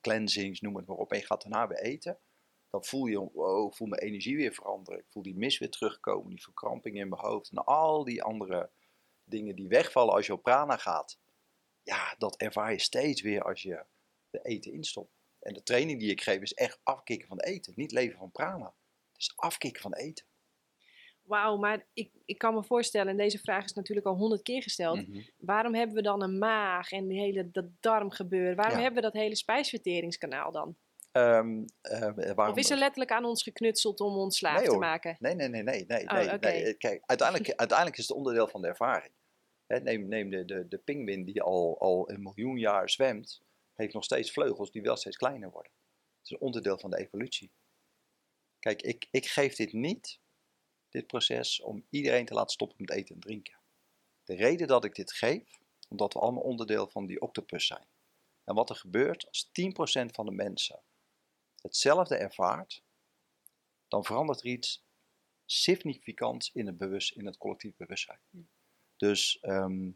cleansings, noem het maar op. En je gaat daarna weer eten. Dan voel je, wow, ik voel mijn energie weer veranderen. Ik voel die mist weer terugkomen, die verkramping in mijn hoofd. En al die andere dingen die wegvallen als je op prana gaat. Ja, dat ervaar je steeds weer als je de eten instopt. En de training die ik geef is echt afkicken van eten. Niet leven van prana. Het is afkicken van eten. Wauw, maar ik, ik kan me voorstellen, en deze vraag is natuurlijk al honderd keer gesteld. Mm-hmm. Waarom hebben we dan een maag en die hele, dat darmgebeuren? Waarom ja. hebben we dat hele spijsverteringskanaal dan? Um, uh, waarom... Of is er letterlijk aan ons geknutseld om ons slaaf nee, te maken? Nee, nee, nee, nee. nee, oh, nee, okay. nee. Kijk, uiteindelijk, uiteindelijk is het onderdeel van de ervaring. He, neem neem de, de, de pinguïn die al, al een miljoen jaar zwemt, heeft nog steeds vleugels die wel steeds kleiner worden. Het is een onderdeel van de evolutie. Kijk, ik, ik geef dit niet, dit proces, om iedereen te laten stoppen met eten en drinken. De reden dat ik dit geef, omdat we allemaal onderdeel van die octopus zijn. En wat er gebeurt als tien procent van de mensen hetzelfde ervaart, dan verandert er iets significants in het, bewust, in het collectief bewustzijn. Ja. Dus um,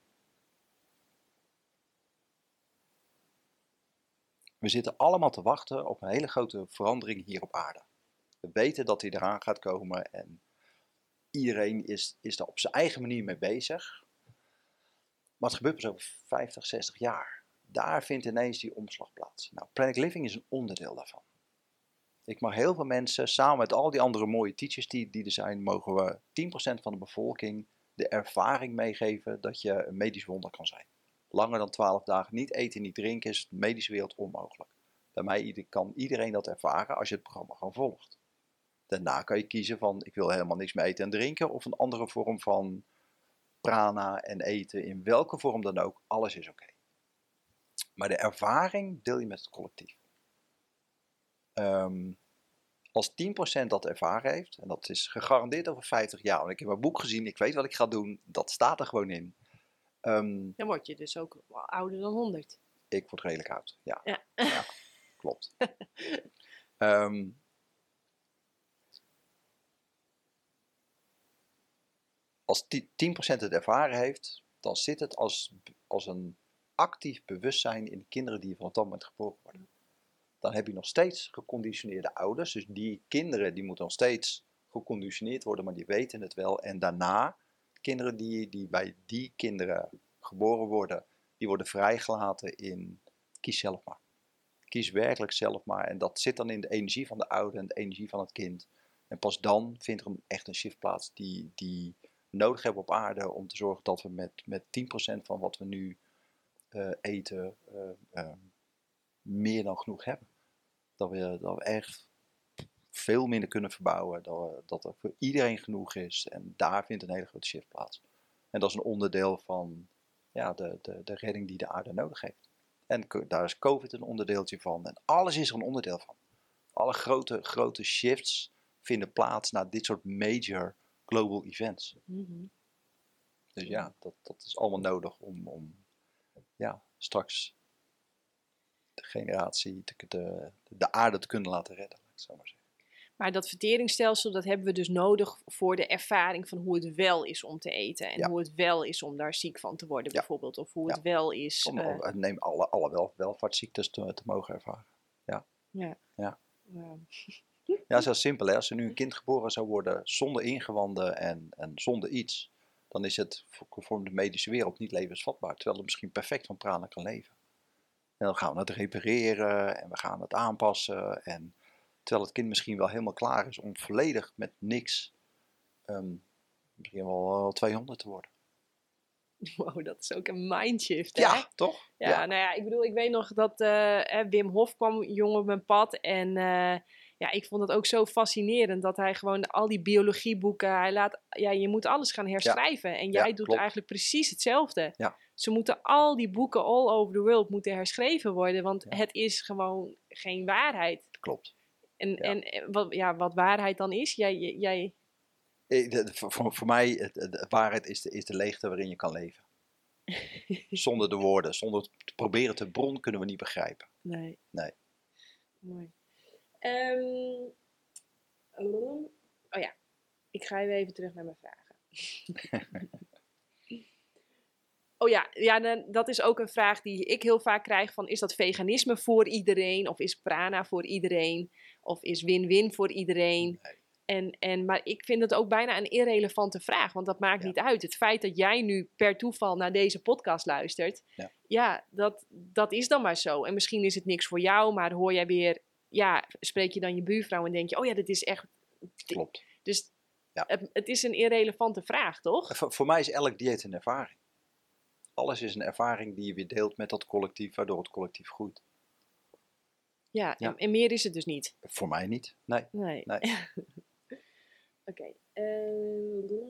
we zitten allemaal te wachten op een hele grote verandering hier op aarde. We weten dat die eraan gaat komen en iedereen is, is daar op zijn eigen manier mee bezig. Maar het gebeurt pas over vijftig, zestig jaar. Daar vindt ineens die omslag plaats. Nou, Planet Living is een onderdeel daarvan. Ik mag heel veel mensen, samen met al die andere mooie teachers die, die er zijn, mogen we tien procent van de bevolking de ervaring meegeven dat je een medisch wonder kan zijn. Langer dan twaalf dagen niet eten, niet drinken is in de medische wereld onmogelijk. Bij mij kan iedereen dat ervaren als je het programma gewoon volgt. Daarna kan je kiezen van ik wil helemaal niks meer eten en drinken of een andere vorm van prana en eten, in welke vorm dan ook, alles is oké. Okay. Maar de ervaring deel je met het collectief. Um, als tien procent dat ervaren heeft, en dat is gegarandeerd over vijftig jaar, want ik heb mijn boek gezien, ik weet wat ik ga doen, dat staat er gewoon in. Um, dan word je dus ook ouder dan honderd. Ik word redelijk oud, ja. Ja, ja klopt. um, als tien procent het ervaren heeft, dan zit het als, als een actief bewustzijn in de kinderen die van dat moment geboren worden. Dan heb je nog steeds geconditioneerde ouders. Dus die kinderen die moeten nog steeds geconditioneerd worden, maar die weten het wel. En daarna, kinderen die, die bij die kinderen geboren worden, die worden vrijgelaten in kies zelf maar. Kies werkelijk zelf maar. En dat zit dan in de energie van de ouder en de energie van het kind. En pas dan vindt er een, echt een shift plaats die, die nodig hebben op aarde om te zorgen dat we met, met tien procent van wat we nu uh, eten uh, uh, meer dan genoeg hebben. Dat we, dat we echt veel minder kunnen verbouwen. Dat, we, dat er voor iedereen genoeg is. En daar vindt een hele grote shift plaats. En dat is een onderdeel van ja, de, de, de redding die de aarde nodig heeft. En daar is COVID een onderdeeltje van. En alles is er een onderdeel van. Alle grote, grote shifts vinden plaats na dit soort major global events. Mm-hmm. Dus ja, dat, dat is allemaal nodig om, om ja, straks de generatie, de, de, de aarde te kunnen laten redden, laat ik zo maar zeggen. Maar dat verteringsstelsel, dat hebben we dus nodig voor de ervaring van hoe het wel is om te eten. En ja. hoe het wel is om daar ziek van te worden, ja. bijvoorbeeld. Of hoe ja. het wel is... Om, uh... neem alle, alle wel, welvaartsziektes te, te mogen ervaren. Ja. Ja. Ja. Ja. Ja, dat is heel simpel. Hè? Als er nu een kind geboren zou worden zonder ingewanden en, en zonder iets, dan is het voor de medische wereld niet levensvatbaar. Terwijl het misschien perfect van prana kan leven. En dan gaan we het repareren en we gaan het aanpassen. En terwijl het kind misschien wel helemaal klaar is om volledig met niks um, misschien wel tweehonderd te worden. Wow, dat is ook een mindshift, hè? Ja, toch? Ja, ja, nou ja, ik bedoel, ik weet nog dat uh, Wim Hof kwam jong op mijn pad. En uh, ja, ik vond het ook zo fascinerend dat hij gewoon al die biologieboeken, hij laat, ja, je moet alles gaan herschrijven. Ja. En jij ja, doet klopt. eigenlijk precies hetzelfde. Ja. Ze moeten al die boeken all over the world moeten herschreven worden, want ja. het is gewoon geen waarheid. Klopt. En, ja. en wat, ja, wat waarheid dan is, jij... jij... De, de, voor, voor mij, de, de waarheid is de, is de leegte waarin je kan leven. Zonder de woorden, zonder te proberen te bron kunnen we niet begrijpen. Nee. Nee. Mooi. Um, oh ja, ik ga even terug naar mijn vragen. Oh ja, ja dan, dat is ook een vraag die ik heel vaak krijg van, is dat veganisme voor iedereen? Of is prana voor iedereen? Of is win-win voor iedereen? Nee. En, en, maar ik vind het ook bijna een irrelevante vraag, want dat maakt Ja. niet uit. Het feit dat jij nu per toeval naar deze podcast luistert, ja, ja dat, dat is dan maar zo. En misschien is het niks voor jou, maar hoor jij weer, ja, spreek je dan je buurvrouw en denk je, oh ja, dit is echt... Klopt. Dus ja. het, het is een irrelevante vraag, toch? Voor, voor mij is elk dieet een ervaring. Alles is een ervaring die je weer deelt met dat collectief, waardoor het collectief groeit. Ja, ja. En, en meer is het dus niet? Voor mij niet, nee. Nee. nee. Oké. Okay. Uh,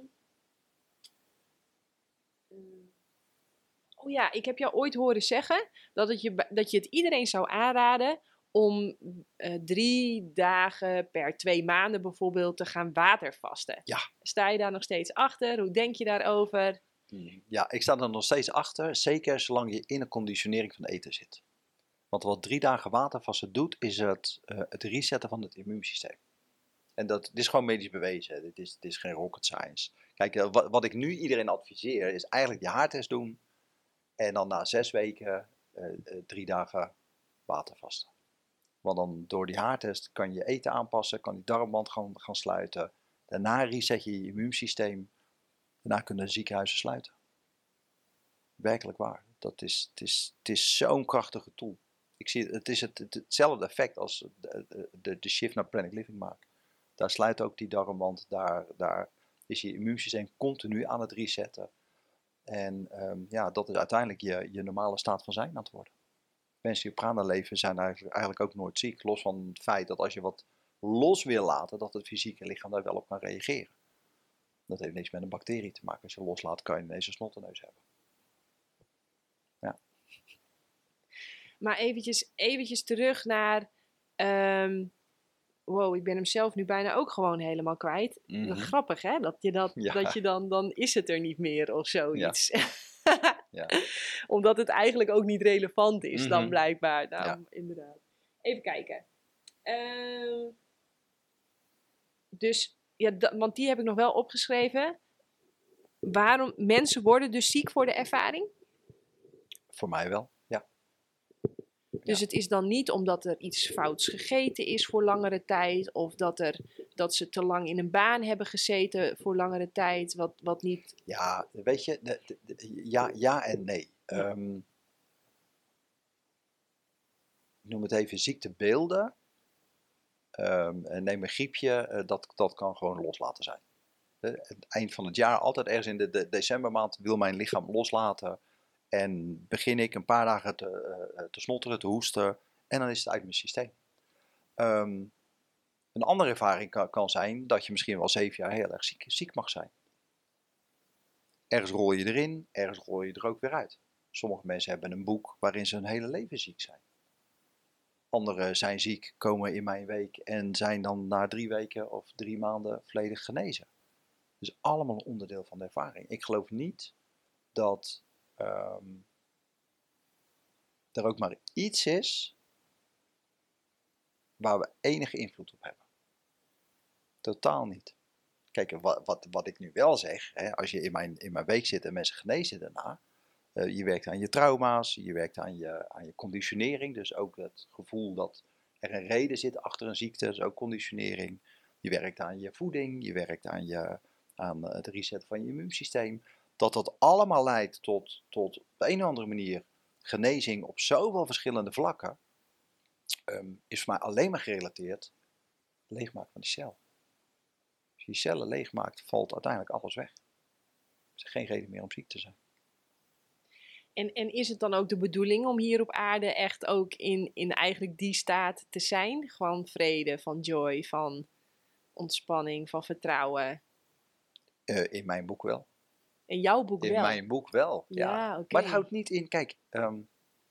uh. Oh ja, ik heb jou ooit horen zeggen dat, het je, dat je het iedereen zou aanraden om uh, drie dagen per twee maanden bijvoorbeeld te gaan watervasten. Ja. Sta je daar nog steeds achter? Hoe denk je daarover? Ja, ik sta er nog steeds achter, zeker zolang je in een conditionering van eten zit. Want wat drie dagen watervasten doet, is het, uh, het resetten van het immuunsysteem. En dat dit is gewoon medisch bewezen. Dit is, dit is geen rocket science. Kijk, uh, wat, wat ik nu iedereen adviseer, is eigenlijk je haartest doen. En dan na zes weken uh, uh, drie dagen watervasten. Want dan door die haartest kan je eten aanpassen, kan die darmband gaan, gaan sluiten. Daarna reset je je immuunsysteem. Daarna kunnen de ziekenhuizen sluiten. Werkelijk waar. Dat is, het is, het is zo'n krachtige tool. Ik zie, het is het, het, hetzelfde effect als de, de, de shift naar Pranic Living maken. Daar sluit ook die darmband. Daar, daar is je immuunsysteem continu aan het resetten. En um, ja, dat is uiteindelijk je, je normale staat van zijn aan het worden. Mensen die op prana leven zijn eigenlijk, eigenlijk ook nooit ziek. Los van het feit dat als je wat los wil laten, dat het fysieke lichaam daar wel op kan reageren. Dat heeft niks met een bacterie te maken. Als je loslaat, kan je ineens een snottenneus hebben. Ja. Maar eventjes, eventjes terug naar... Um, wow, ik ben hem zelf nu bijna ook gewoon helemaal kwijt. Mm-hmm. Grappig, hè? Dat je, dat, ja. dat je dan... Dan is het er niet meer of zoiets. Ja. ja. Omdat het eigenlijk ook niet relevant is mm-hmm. dan blijkbaar. Nou, ja. inderdaad. Even kijken. Uh, dus... Ja, d- want die heb ik nog wel opgeschreven. Waarom mensen worden dus ziek voor de ervaring? Voor mij wel, ja. Dus ja. Het is dan niet omdat er iets fouts gegeten is voor langere tijd, of dat, er, dat ze te lang in een baan hebben gezeten voor langere tijd, wat, wat niet... Ja, weet je, de, de, de, ja, ja en nee. Ja. Um, ik noem het even ziektebeelden. Um, neem een griepje, uh, dat, dat kan gewoon loslaten zijn. Uh, het eind van het jaar, altijd ergens in de, de decembermaand, wil mijn lichaam loslaten. En begin ik een paar dagen te, uh, te snotteren, te hoesten. En dan is het uit mijn systeem. Um, een andere ervaring kan, kan zijn dat je misschien wel zeven jaar heel erg ziek, ziek mag zijn. Ergens rol je erin, ergens rol je er ook weer uit. Sommige mensen hebben een boek waarin ze hun hele leven ziek zijn. Anderen zijn ziek, komen in mijn week en zijn dan na drie weken of drie maanden volledig genezen. Dus allemaal een onderdeel van de ervaring. Ik geloof niet dat um, er ook maar iets is waar we enige invloed op hebben. Totaal niet. Kijk, wat, wat, wat ik nu wel zeg, hè, als je in mijn, in mijn week zit en mensen genezen daarna, uh, je werkt aan je trauma's, je werkt aan je, aan je conditionering, dus ook het gevoel dat er een reden zit achter een ziekte, dus ook conditionering. Je werkt aan je voeding, je werkt aan, je, aan het resetten van je immuunsysteem. Dat dat allemaal leidt tot, tot op de een of andere manier genezing op zoveel verschillende vlakken, um, is voor mij alleen maar gerelateerd leegmaken van die cel. Als je die cellen leegmaakt, valt uiteindelijk alles weg. Er is geen reden meer om ziek te zijn. En, en is het dan ook de bedoeling om hier op aarde echt ook in, in eigenlijk die staat te zijn? Gewoon vrede, van joy, van ontspanning, van vertrouwen? Uh, in mijn boek wel. In jouw boek in wel? In mijn boek wel, ja. ja okay. Maar het houdt niet in, kijk, um,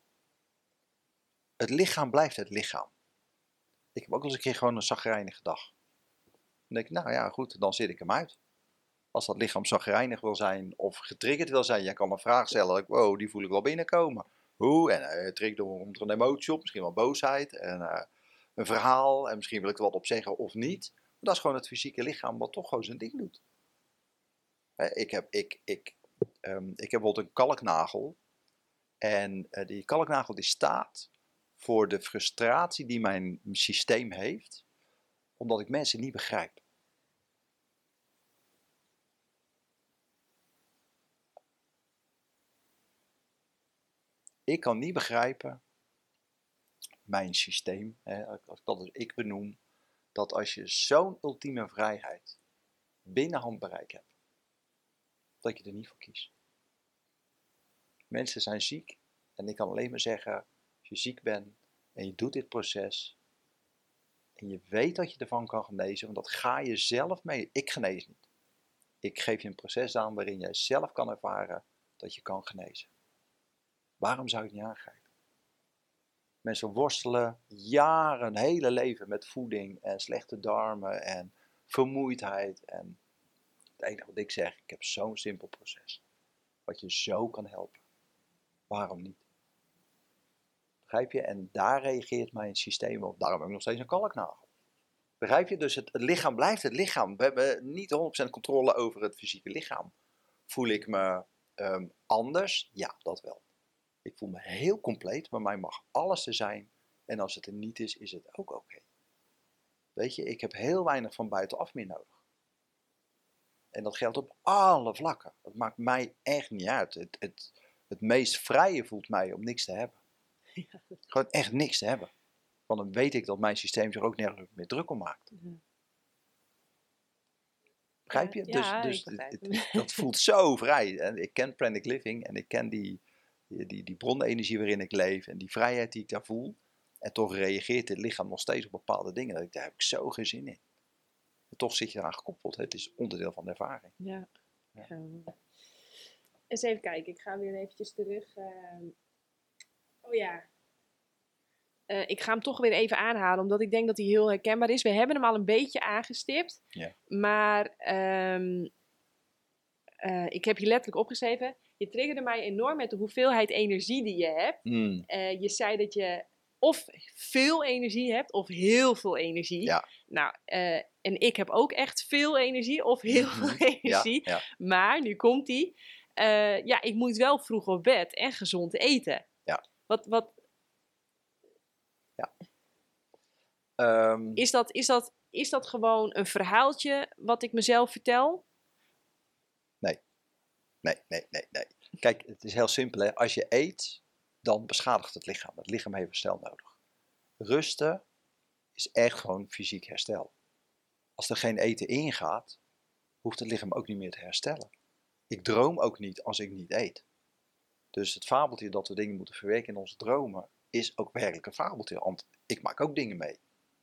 het lichaam blijft het lichaam. Ik heb ook wel eens een keer gewoon een chagrijnige dag. Dan denk ik, nou ja, goed, dan zit ik hem uit. Als dat lichaam chagrijnig wil zijn of getriggerd wil zijn, jij kan me een vraag stellen, like, wow, die voel ik wel binnenkomen. Hoe? En uh, trigger komt er een emotie op, misschien wel boosheid en uh, een verhaal en misschien wil ik er wat op zeggen of niet. Maar dat is gewoon het fysieke lichaam wat toch gewoon zijn ding doet. Hè, ik, heb, ik, ik Um, ik heb bijvoorbeeld een kalknagel. En uh, die kalknagel die staat voor de frustratie die mijn systeem heeft. Omdat ik mensen niet begrijp. Ik kan niet begrijpen, mijn systeem, hè, als ik dat als ik benoem, dat als je zo'n ultieme vrijheid binnen handbereik hebt, dat je er niet voor kiest. Mensen zijn ziek en ik kan alleen maar zeggen, als je ziek bent en je doet dit proces en je weet dat je ervan kan genezen, want dat ga je zelf mee. Ik genees niet. Ik geef je een proces aan waarin jij zelf kan ervaren dat je kan genezen. Waarom zou je het niet aangrijpen? Mensen worstelen jaren, een hele leven met voeding en slechte darmen en vermoeidheid. En het enige wat ik zeg, ik heb zo'n simpel proces. Wat je zo kan helpen. Waarom niet? Begrijp je? En daar reageert mijn systeem op. Daarom heb ik nog steeds een kalknagel. Begrijp je? Dus het, het lichaam blijft het lichaam. We hebben niet honderd procent controle over het fysieke lichaam. Voel ik me um, anders? Ja, dat wel. Ik voel me heel compleet, maar mij mag alles er zijn. En als het er niet is, is het ook oké. Okay. Weet je, ik heb heel weinig van buitenaf meer nodig. En dat geldt op alle vlakken. Het maakt mij echt niet uit. Het, het, het meest vrije voelt mij om niks te hebben. Ja. Gewoon echt niks te hebben. Want dan weet ik dat mijn systeem zich ook nergens meer druk om maakt. Mm-hmm. Begrijp je? Ja, dus ja, dus het, het, het, dat voelt zo vrij. En ik ken Pranic Living en ik ken die, die, die, die bronenergie waarin ik leef en die vrijheid die ik daar voel. En toch reageert het lichaam nog steeds op bepaalde dingen. Dat ik, daar heb ik zo geen zin in. En toch zit je eraan gekoppeld. Hè? Het is onderdeel van de ervaring. Ja. ja. Um, eens even kijken. Ik ga weer eventjes terug. Uh, oh ja. Uh, ik ga hem toch weer even aanhalen, omdat ik denk dat hij heel herkenbaar is. We hebben hem al een beetje aangestipt. Ja. Maar um, uh, ik heb je letterlijk opgeschreven. Je triggerde mij enorm met de hoeveelheid energie die je hebt. Mm. Uh, je zei dat je of veel energie hebt, of heel veel energie. Ja. Nou, uh, en ik heb ook echt veel energie, of heel mm-hmm. veel energie. Ja, ja. Maar, nu komt die. Uh, ja, ik moet wel vroeg op bed en gezond eten. Ja. Wat... wat Ja. Um, is, dat, is, dat, is dat gewoon een verhaaltje wat ik mezelf vertel? Nee. Nee, nee, nee, nee. Kijk, het is heel simpel. Hè? Als je eet, dan beschadigt het lichaam. Het lichaam heeft herstel nodig. Rusten is echt gewoon fysiek herstel. Als er geen eten ingaat, hoeft het lichaam ook niet meer te herstellen. Ik droom ook niet als ik niet eet. Dus het fabeltje dat we dingen moeten verwerken in onze dromen, is ook werkelijk een fabeltje. Want ik maak ook dingen mee.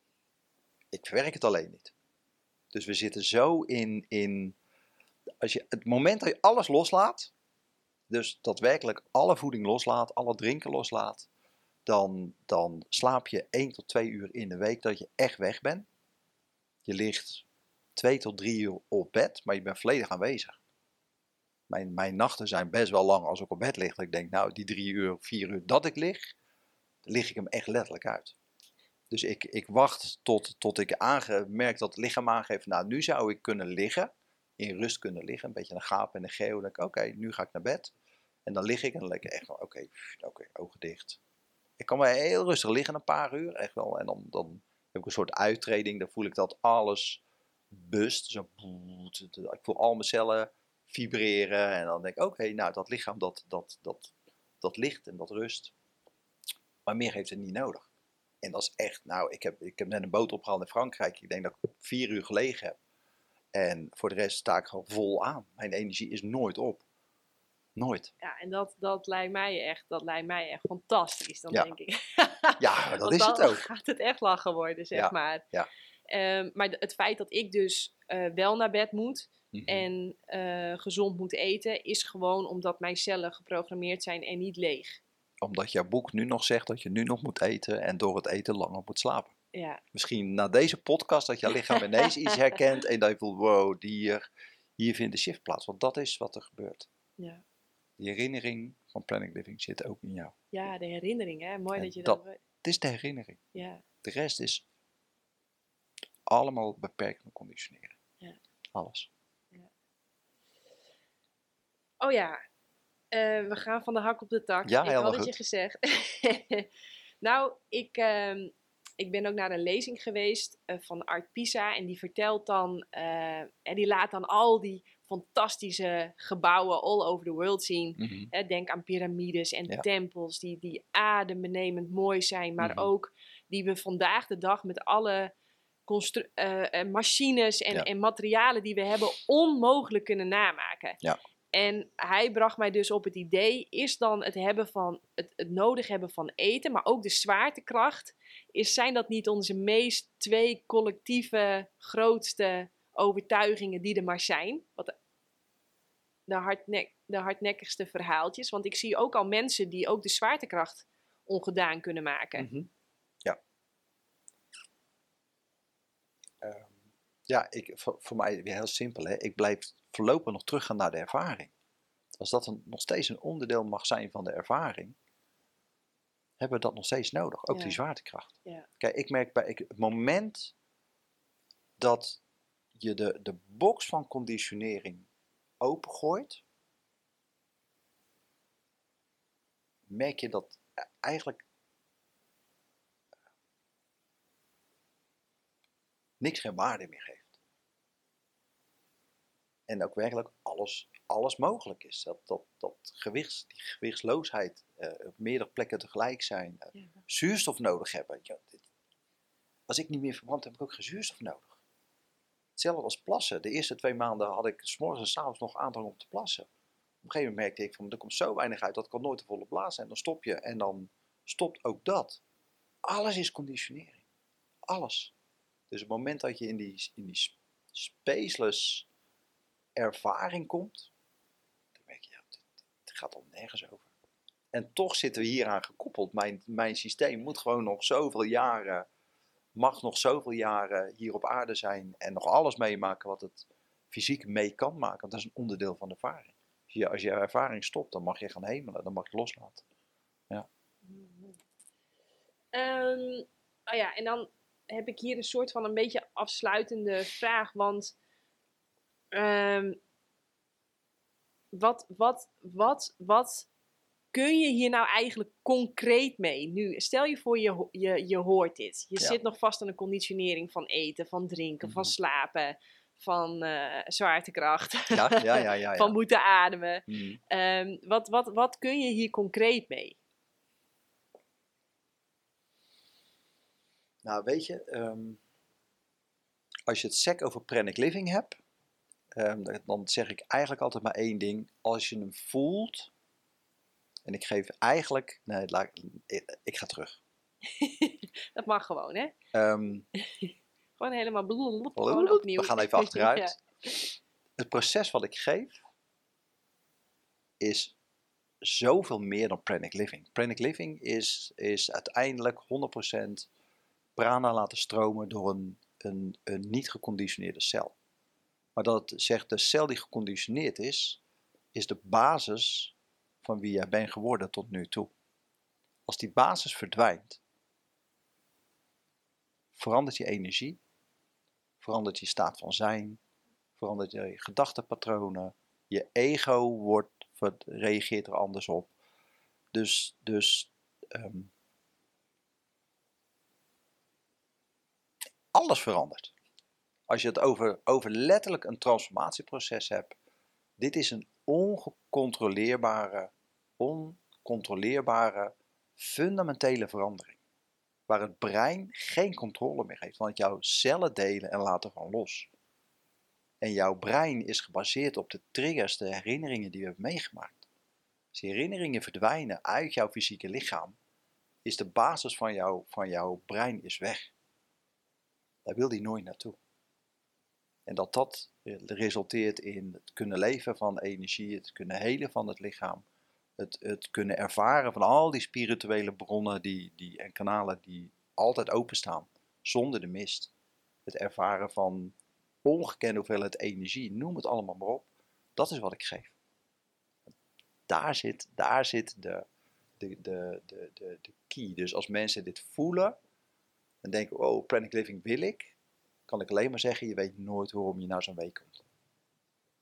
Ik verwerk het alleen niet. Dus we zitten zo in, in als je, het moment dat je alles loslaat, dus daadwerkelijk alle voeding loslaat, alle drinken loslaat, dan, dan slaap je één tot twee uur in de week dat je echt weg bent. Je ligt twee tot drie uur op bed, maar je bent volledig aanwezig. Mijn, mijn nachten zijn best wel lang als ik op bed lig. Dat ik denk, nou, die drie uur, vier uur dat ik lig, dan lig ik hem echt letterlijk uit. Dus ik, ik wacht tot, tot ik aangemerkt dat het lichaam aangeeft, nou, nu zou ik kunnen liggen, in rust kunnen liggen, een beetje een gaap en een geeuw. Dan denk ik, oké, okay, nu ga ik naar bed. En dan lig ik en dan denk ik echt, oké, okay, okay, ogen dicht. Ik kan wel heel rustig liggen een paar uur, echt wel. En dan, dan heb ik een soort uittreding, dan voel ik dat alles bust. Zo, ik voel al mijn cellen vibreren. En dan denk ik, oké, okay, nou, dat lichaam, dat, dat, dat, dat ligt en dat rust. Maar meer heeft het niet nodig. En dat is echt, nou, ik heb, ik heb net een boot opgehaald in Frankrijk. Ik denk dat ik vier uur gelegen heb. En voor de rest sta ik gewoon vol aan. Mijn energie is nooit op. Nooit. Ja, en dat, dat, lijkt mij echt, dat lijkt mij echt fantastisch, dan ja. denk ik. Ja, dat is dan het ook. gaat het echt lachen worden, zeg ja. maar. Ja. Um, maar het feit dat ik dus uh, wel naar bed moet mm-hmm. en uh, gezond moet eten, is gewoon omdat mijn cellen geprogrammeerd zijn en niet leeg. Omdat jouw boek nu nog zegt dat je nu nog moet eten en door het eten langer moet slapen. Ja. Misschien na deze podcast dat jouw lichaam ineens iets herkent en dat je voelt, wow, hier, hier vindt de shift plaats. Want dat is wat er gebeurt. Ja. Die herinnering van Pranic Living zit ook in jou. Ja, de herinnering, hè. Mooi en dat je dat... dat... Het is de herinnering. Ja. De rest is allemaal beperkende conditioneren. Ja. Alles. Ja. Oh ja, uh, we gaan van de hak op de tak. Ja, ik helemaal had het goed. je gezegd. nou, ik, uh, ik ben ook naar een lezing geweest uh, van Art Pisa. En die vertelt dan, uh, en die laat dan al die fantastische gebouwen all over the world zien. Mm-hmm. Uh, denk aan piramides en ja. tempels die, die adembenemend mooi zijn. Maar mm-hmm. ook die we vandaag de dag met alle constru- uh, uh, machines en, ja. en materialen die we hebben onmogelijk kunnen namaken. Ja. En hij bracht mij dus op het idee, is dan het, hebben van, het, het nodig hebben van eten, maar ook de zwaartekracht, is, zijn dat niet onze meest twee collectieve, grootste overtuigingen die er maar zijn? Wat de, hardnek, de hardnekkigste verhaaltjes. Want ik zie ook al mensen die ook de zwaartekracht ongedaan kunnen maken. Mm-hmm. Ja. Um, ja, ik, voor, voor mij weer heel simpel. Hè? Ik blijf voorlopig nog teruggaan naar de ervaring. Als dat een, nog steeds een onderdeel mag zijn van de ervaring, hebben we dat nog steeds nodig. Ook ja. die zwaartekracht. Ja. Kijk, ik merk bij ik, het moment dat je de, de box van conditionering opengooit, merk je dat eigenlijk niks geen waarde meer heeft. En ook werkelijk alles, alles mogelijk is. Dat, dat, dat gewichts, die gewichtsloosheid uh, op meerdere plekken tegelijk zijn. Uh, ja. Zuurstof nodig hebben. Ja, dit, als ik niet meer verbrand, heb ik ook geen zuurstof nodig. Hetzelfde als plassen. De eerste twee maanden had ik 's morgens en 's avonds nog aandrang om te plassen. Op een gegeven moment merkte ik van, er komt zo weinig uit, dat kan nooit de volle blaas zijn. Dan stop je en dan stopt ook dat. Alles is conditionering. Alles. Dus het moment dat je in die, in die spaceless ervaring komt, dan denk je, ja, het gaat al nergens over. En toch zitten we hieraan gekoppeld. Mijn, mijn systeem moet gewoon nog zoveel jaren, mag nog zoveel jaren hier op aarde zijn en nog alles meemaken wat het fysiek mee kan maken. Want dat is een onderdeel van de ervaring. Als je, als je ervaring stopt, dan mag je gaan hemelen, dan mag je loslaten. Ja. Um, oh ja, en dan heb ik hier een soort van een beetje afsluitende vraag, want um, wat, wat, wat, wat kun je hier nou eigenlijk concreet mee? Nu, stel je voor je, je, je hoort dit. Je ja. zit nog vast aan een conditionering van eten, van drinken, mm-hmm. van slapen, van uh, zwaartekracht, ja, ja, ja, ja, ja. van moeten ademen. Mm. Um, wat, wat, wat kun je hier concreet mee? Nou, weet je, um, als je het sec over pranic living hebt, um, dan zeg ik eigenlijk altijd maar één ding. Als je hem voelt, en ik geef eigenlijk, nee, laat, ik, ik ga terug. Dat mag gewoon, hè? Um, gewoon helemaal blablabla, gewoon opnieuw. We gaan even achteruit. Ja. Het proces wat ik geef, is zoveel meer dan pranic living. Pranic living is, is uiteindelijk honderd procent prana laten stromen door een, een, een niet geconditioneerde cel. Maar dat zegt, de cel die geconditioneerd is, is de basis van wie jij bent geworden tot nu toe. Als die basis verdwijnt, verandert je energie, verandert je staat van zijn, verandert je gedachtenpatronen, je ego wordt, reageert er anders op. Dus, dus um, alles verandert. Als je het over, over letterlijk een transformatieproces hebt, dit is een ongecontroleerbare, oncontroleerbare, fundamentele verandering. Waar het brein geen controle meer heeft, want jouw cellen delen en laten gewoon los. En jouw brein is gebaseerd op de triggers, de herinneringen die we hebben meegemaakt. Als die herinneringen verdwijnen uit jouw fysieke lichaam, is de basis van, jou, van jouw brein is weg. Daar wil die nooit naartoe. En dat dat resulteert in het kunnen leven van energie, het kunnen helen van het lichaam, het, het kunnen ervaren van al die spirituele bronnen die, die, en kanalen die altijd openstaan, zonder de mist. Het ervaren van ongekende hoeveelheid energie, noem het allemaal maar op. Dat is wat ik geef. Daar zit, daar zit de, de, de, de, de, de key. Dus als mensen dit voelen en denken, oh, pranic living wil ik, kan ik alleen maar zeggen, je weet nooit waarom je naar zo'n week komt.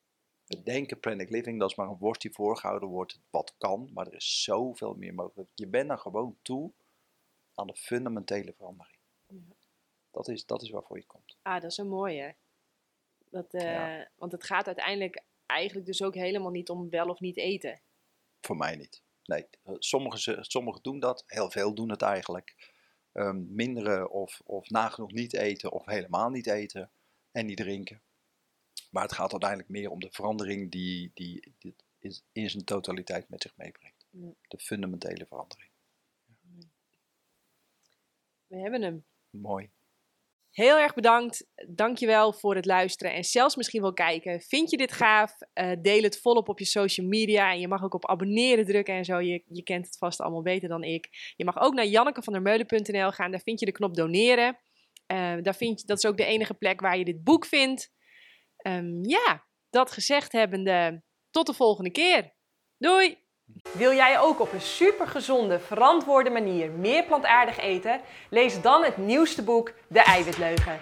We denken Pranic Living, dat is maar een worst die voorgehouden wordt, wat kan, maar er is zoveel meer mogelijk. Je bent dan gewoon toe aan de fundamentele verandering. Ja. Dat is, dat is waarvoor je komt. Ah, dat is een mooie. Dat, uh, ja. Want het gaat uiteindelijk eigenlijk dus ook helemaal niet om wel of niet eten. Voor mij niet. Nee, sommigen, sommigen doen dat, heel veel doen het eigenlijk. Um, minderen of, of nagenoeg niet eten of helemaal niet eten en niet drinken. Maar het gaat uiteindelijk meer om de verandering die, die, die in, in zijn totaliteit met zich meebrengt. Ja. De fundamentele verandering. Ja. We hebben hem. Mooi. Heel erg bedankt. Dankjewel voor het luisteren en zelfs misschien wel kijken. Vind je dit gaaf? Uh, deel het volop op je social media. En je mag ook op abonneren drukken en zo. Je, je kent het vast allemaal beter dan ik. Je mag ook naar jannekevandermeulen punt n l gaan. Daar vind je de knop doneren. Uh, daar vind je, dat is ook de enige plek waar je dit boek vindt. Um, ja, dat gezegd hebbende, tot de volgende keer. Doei! Wil jij ook op een supergezonde, verantwoorde manier meer plantaardig eten? Lees dan het nieuwste boek De Eiwitleugen.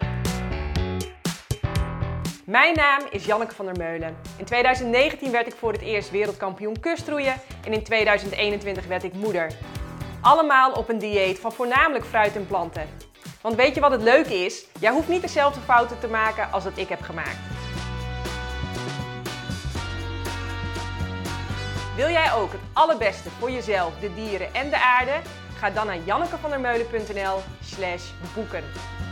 Mijn naam is Janneke van der Meulen. In tweeduizend negentien werd ik voor het eerst wereldkampioen kustroeien en in tweeduizend eenentwintig werd ik moeder. Allemaal op een dieet van voornamelijk fruit en planten. Want weet je wat het leuke is? Jij hoeft niet dezelfde fouten te maken als dat ik heb gemaakt. Wil jij ook het allerbeste voor jezelf, de dieren en de aarde? Ga dan naar jannekevandermeulen punt n l slash boeken.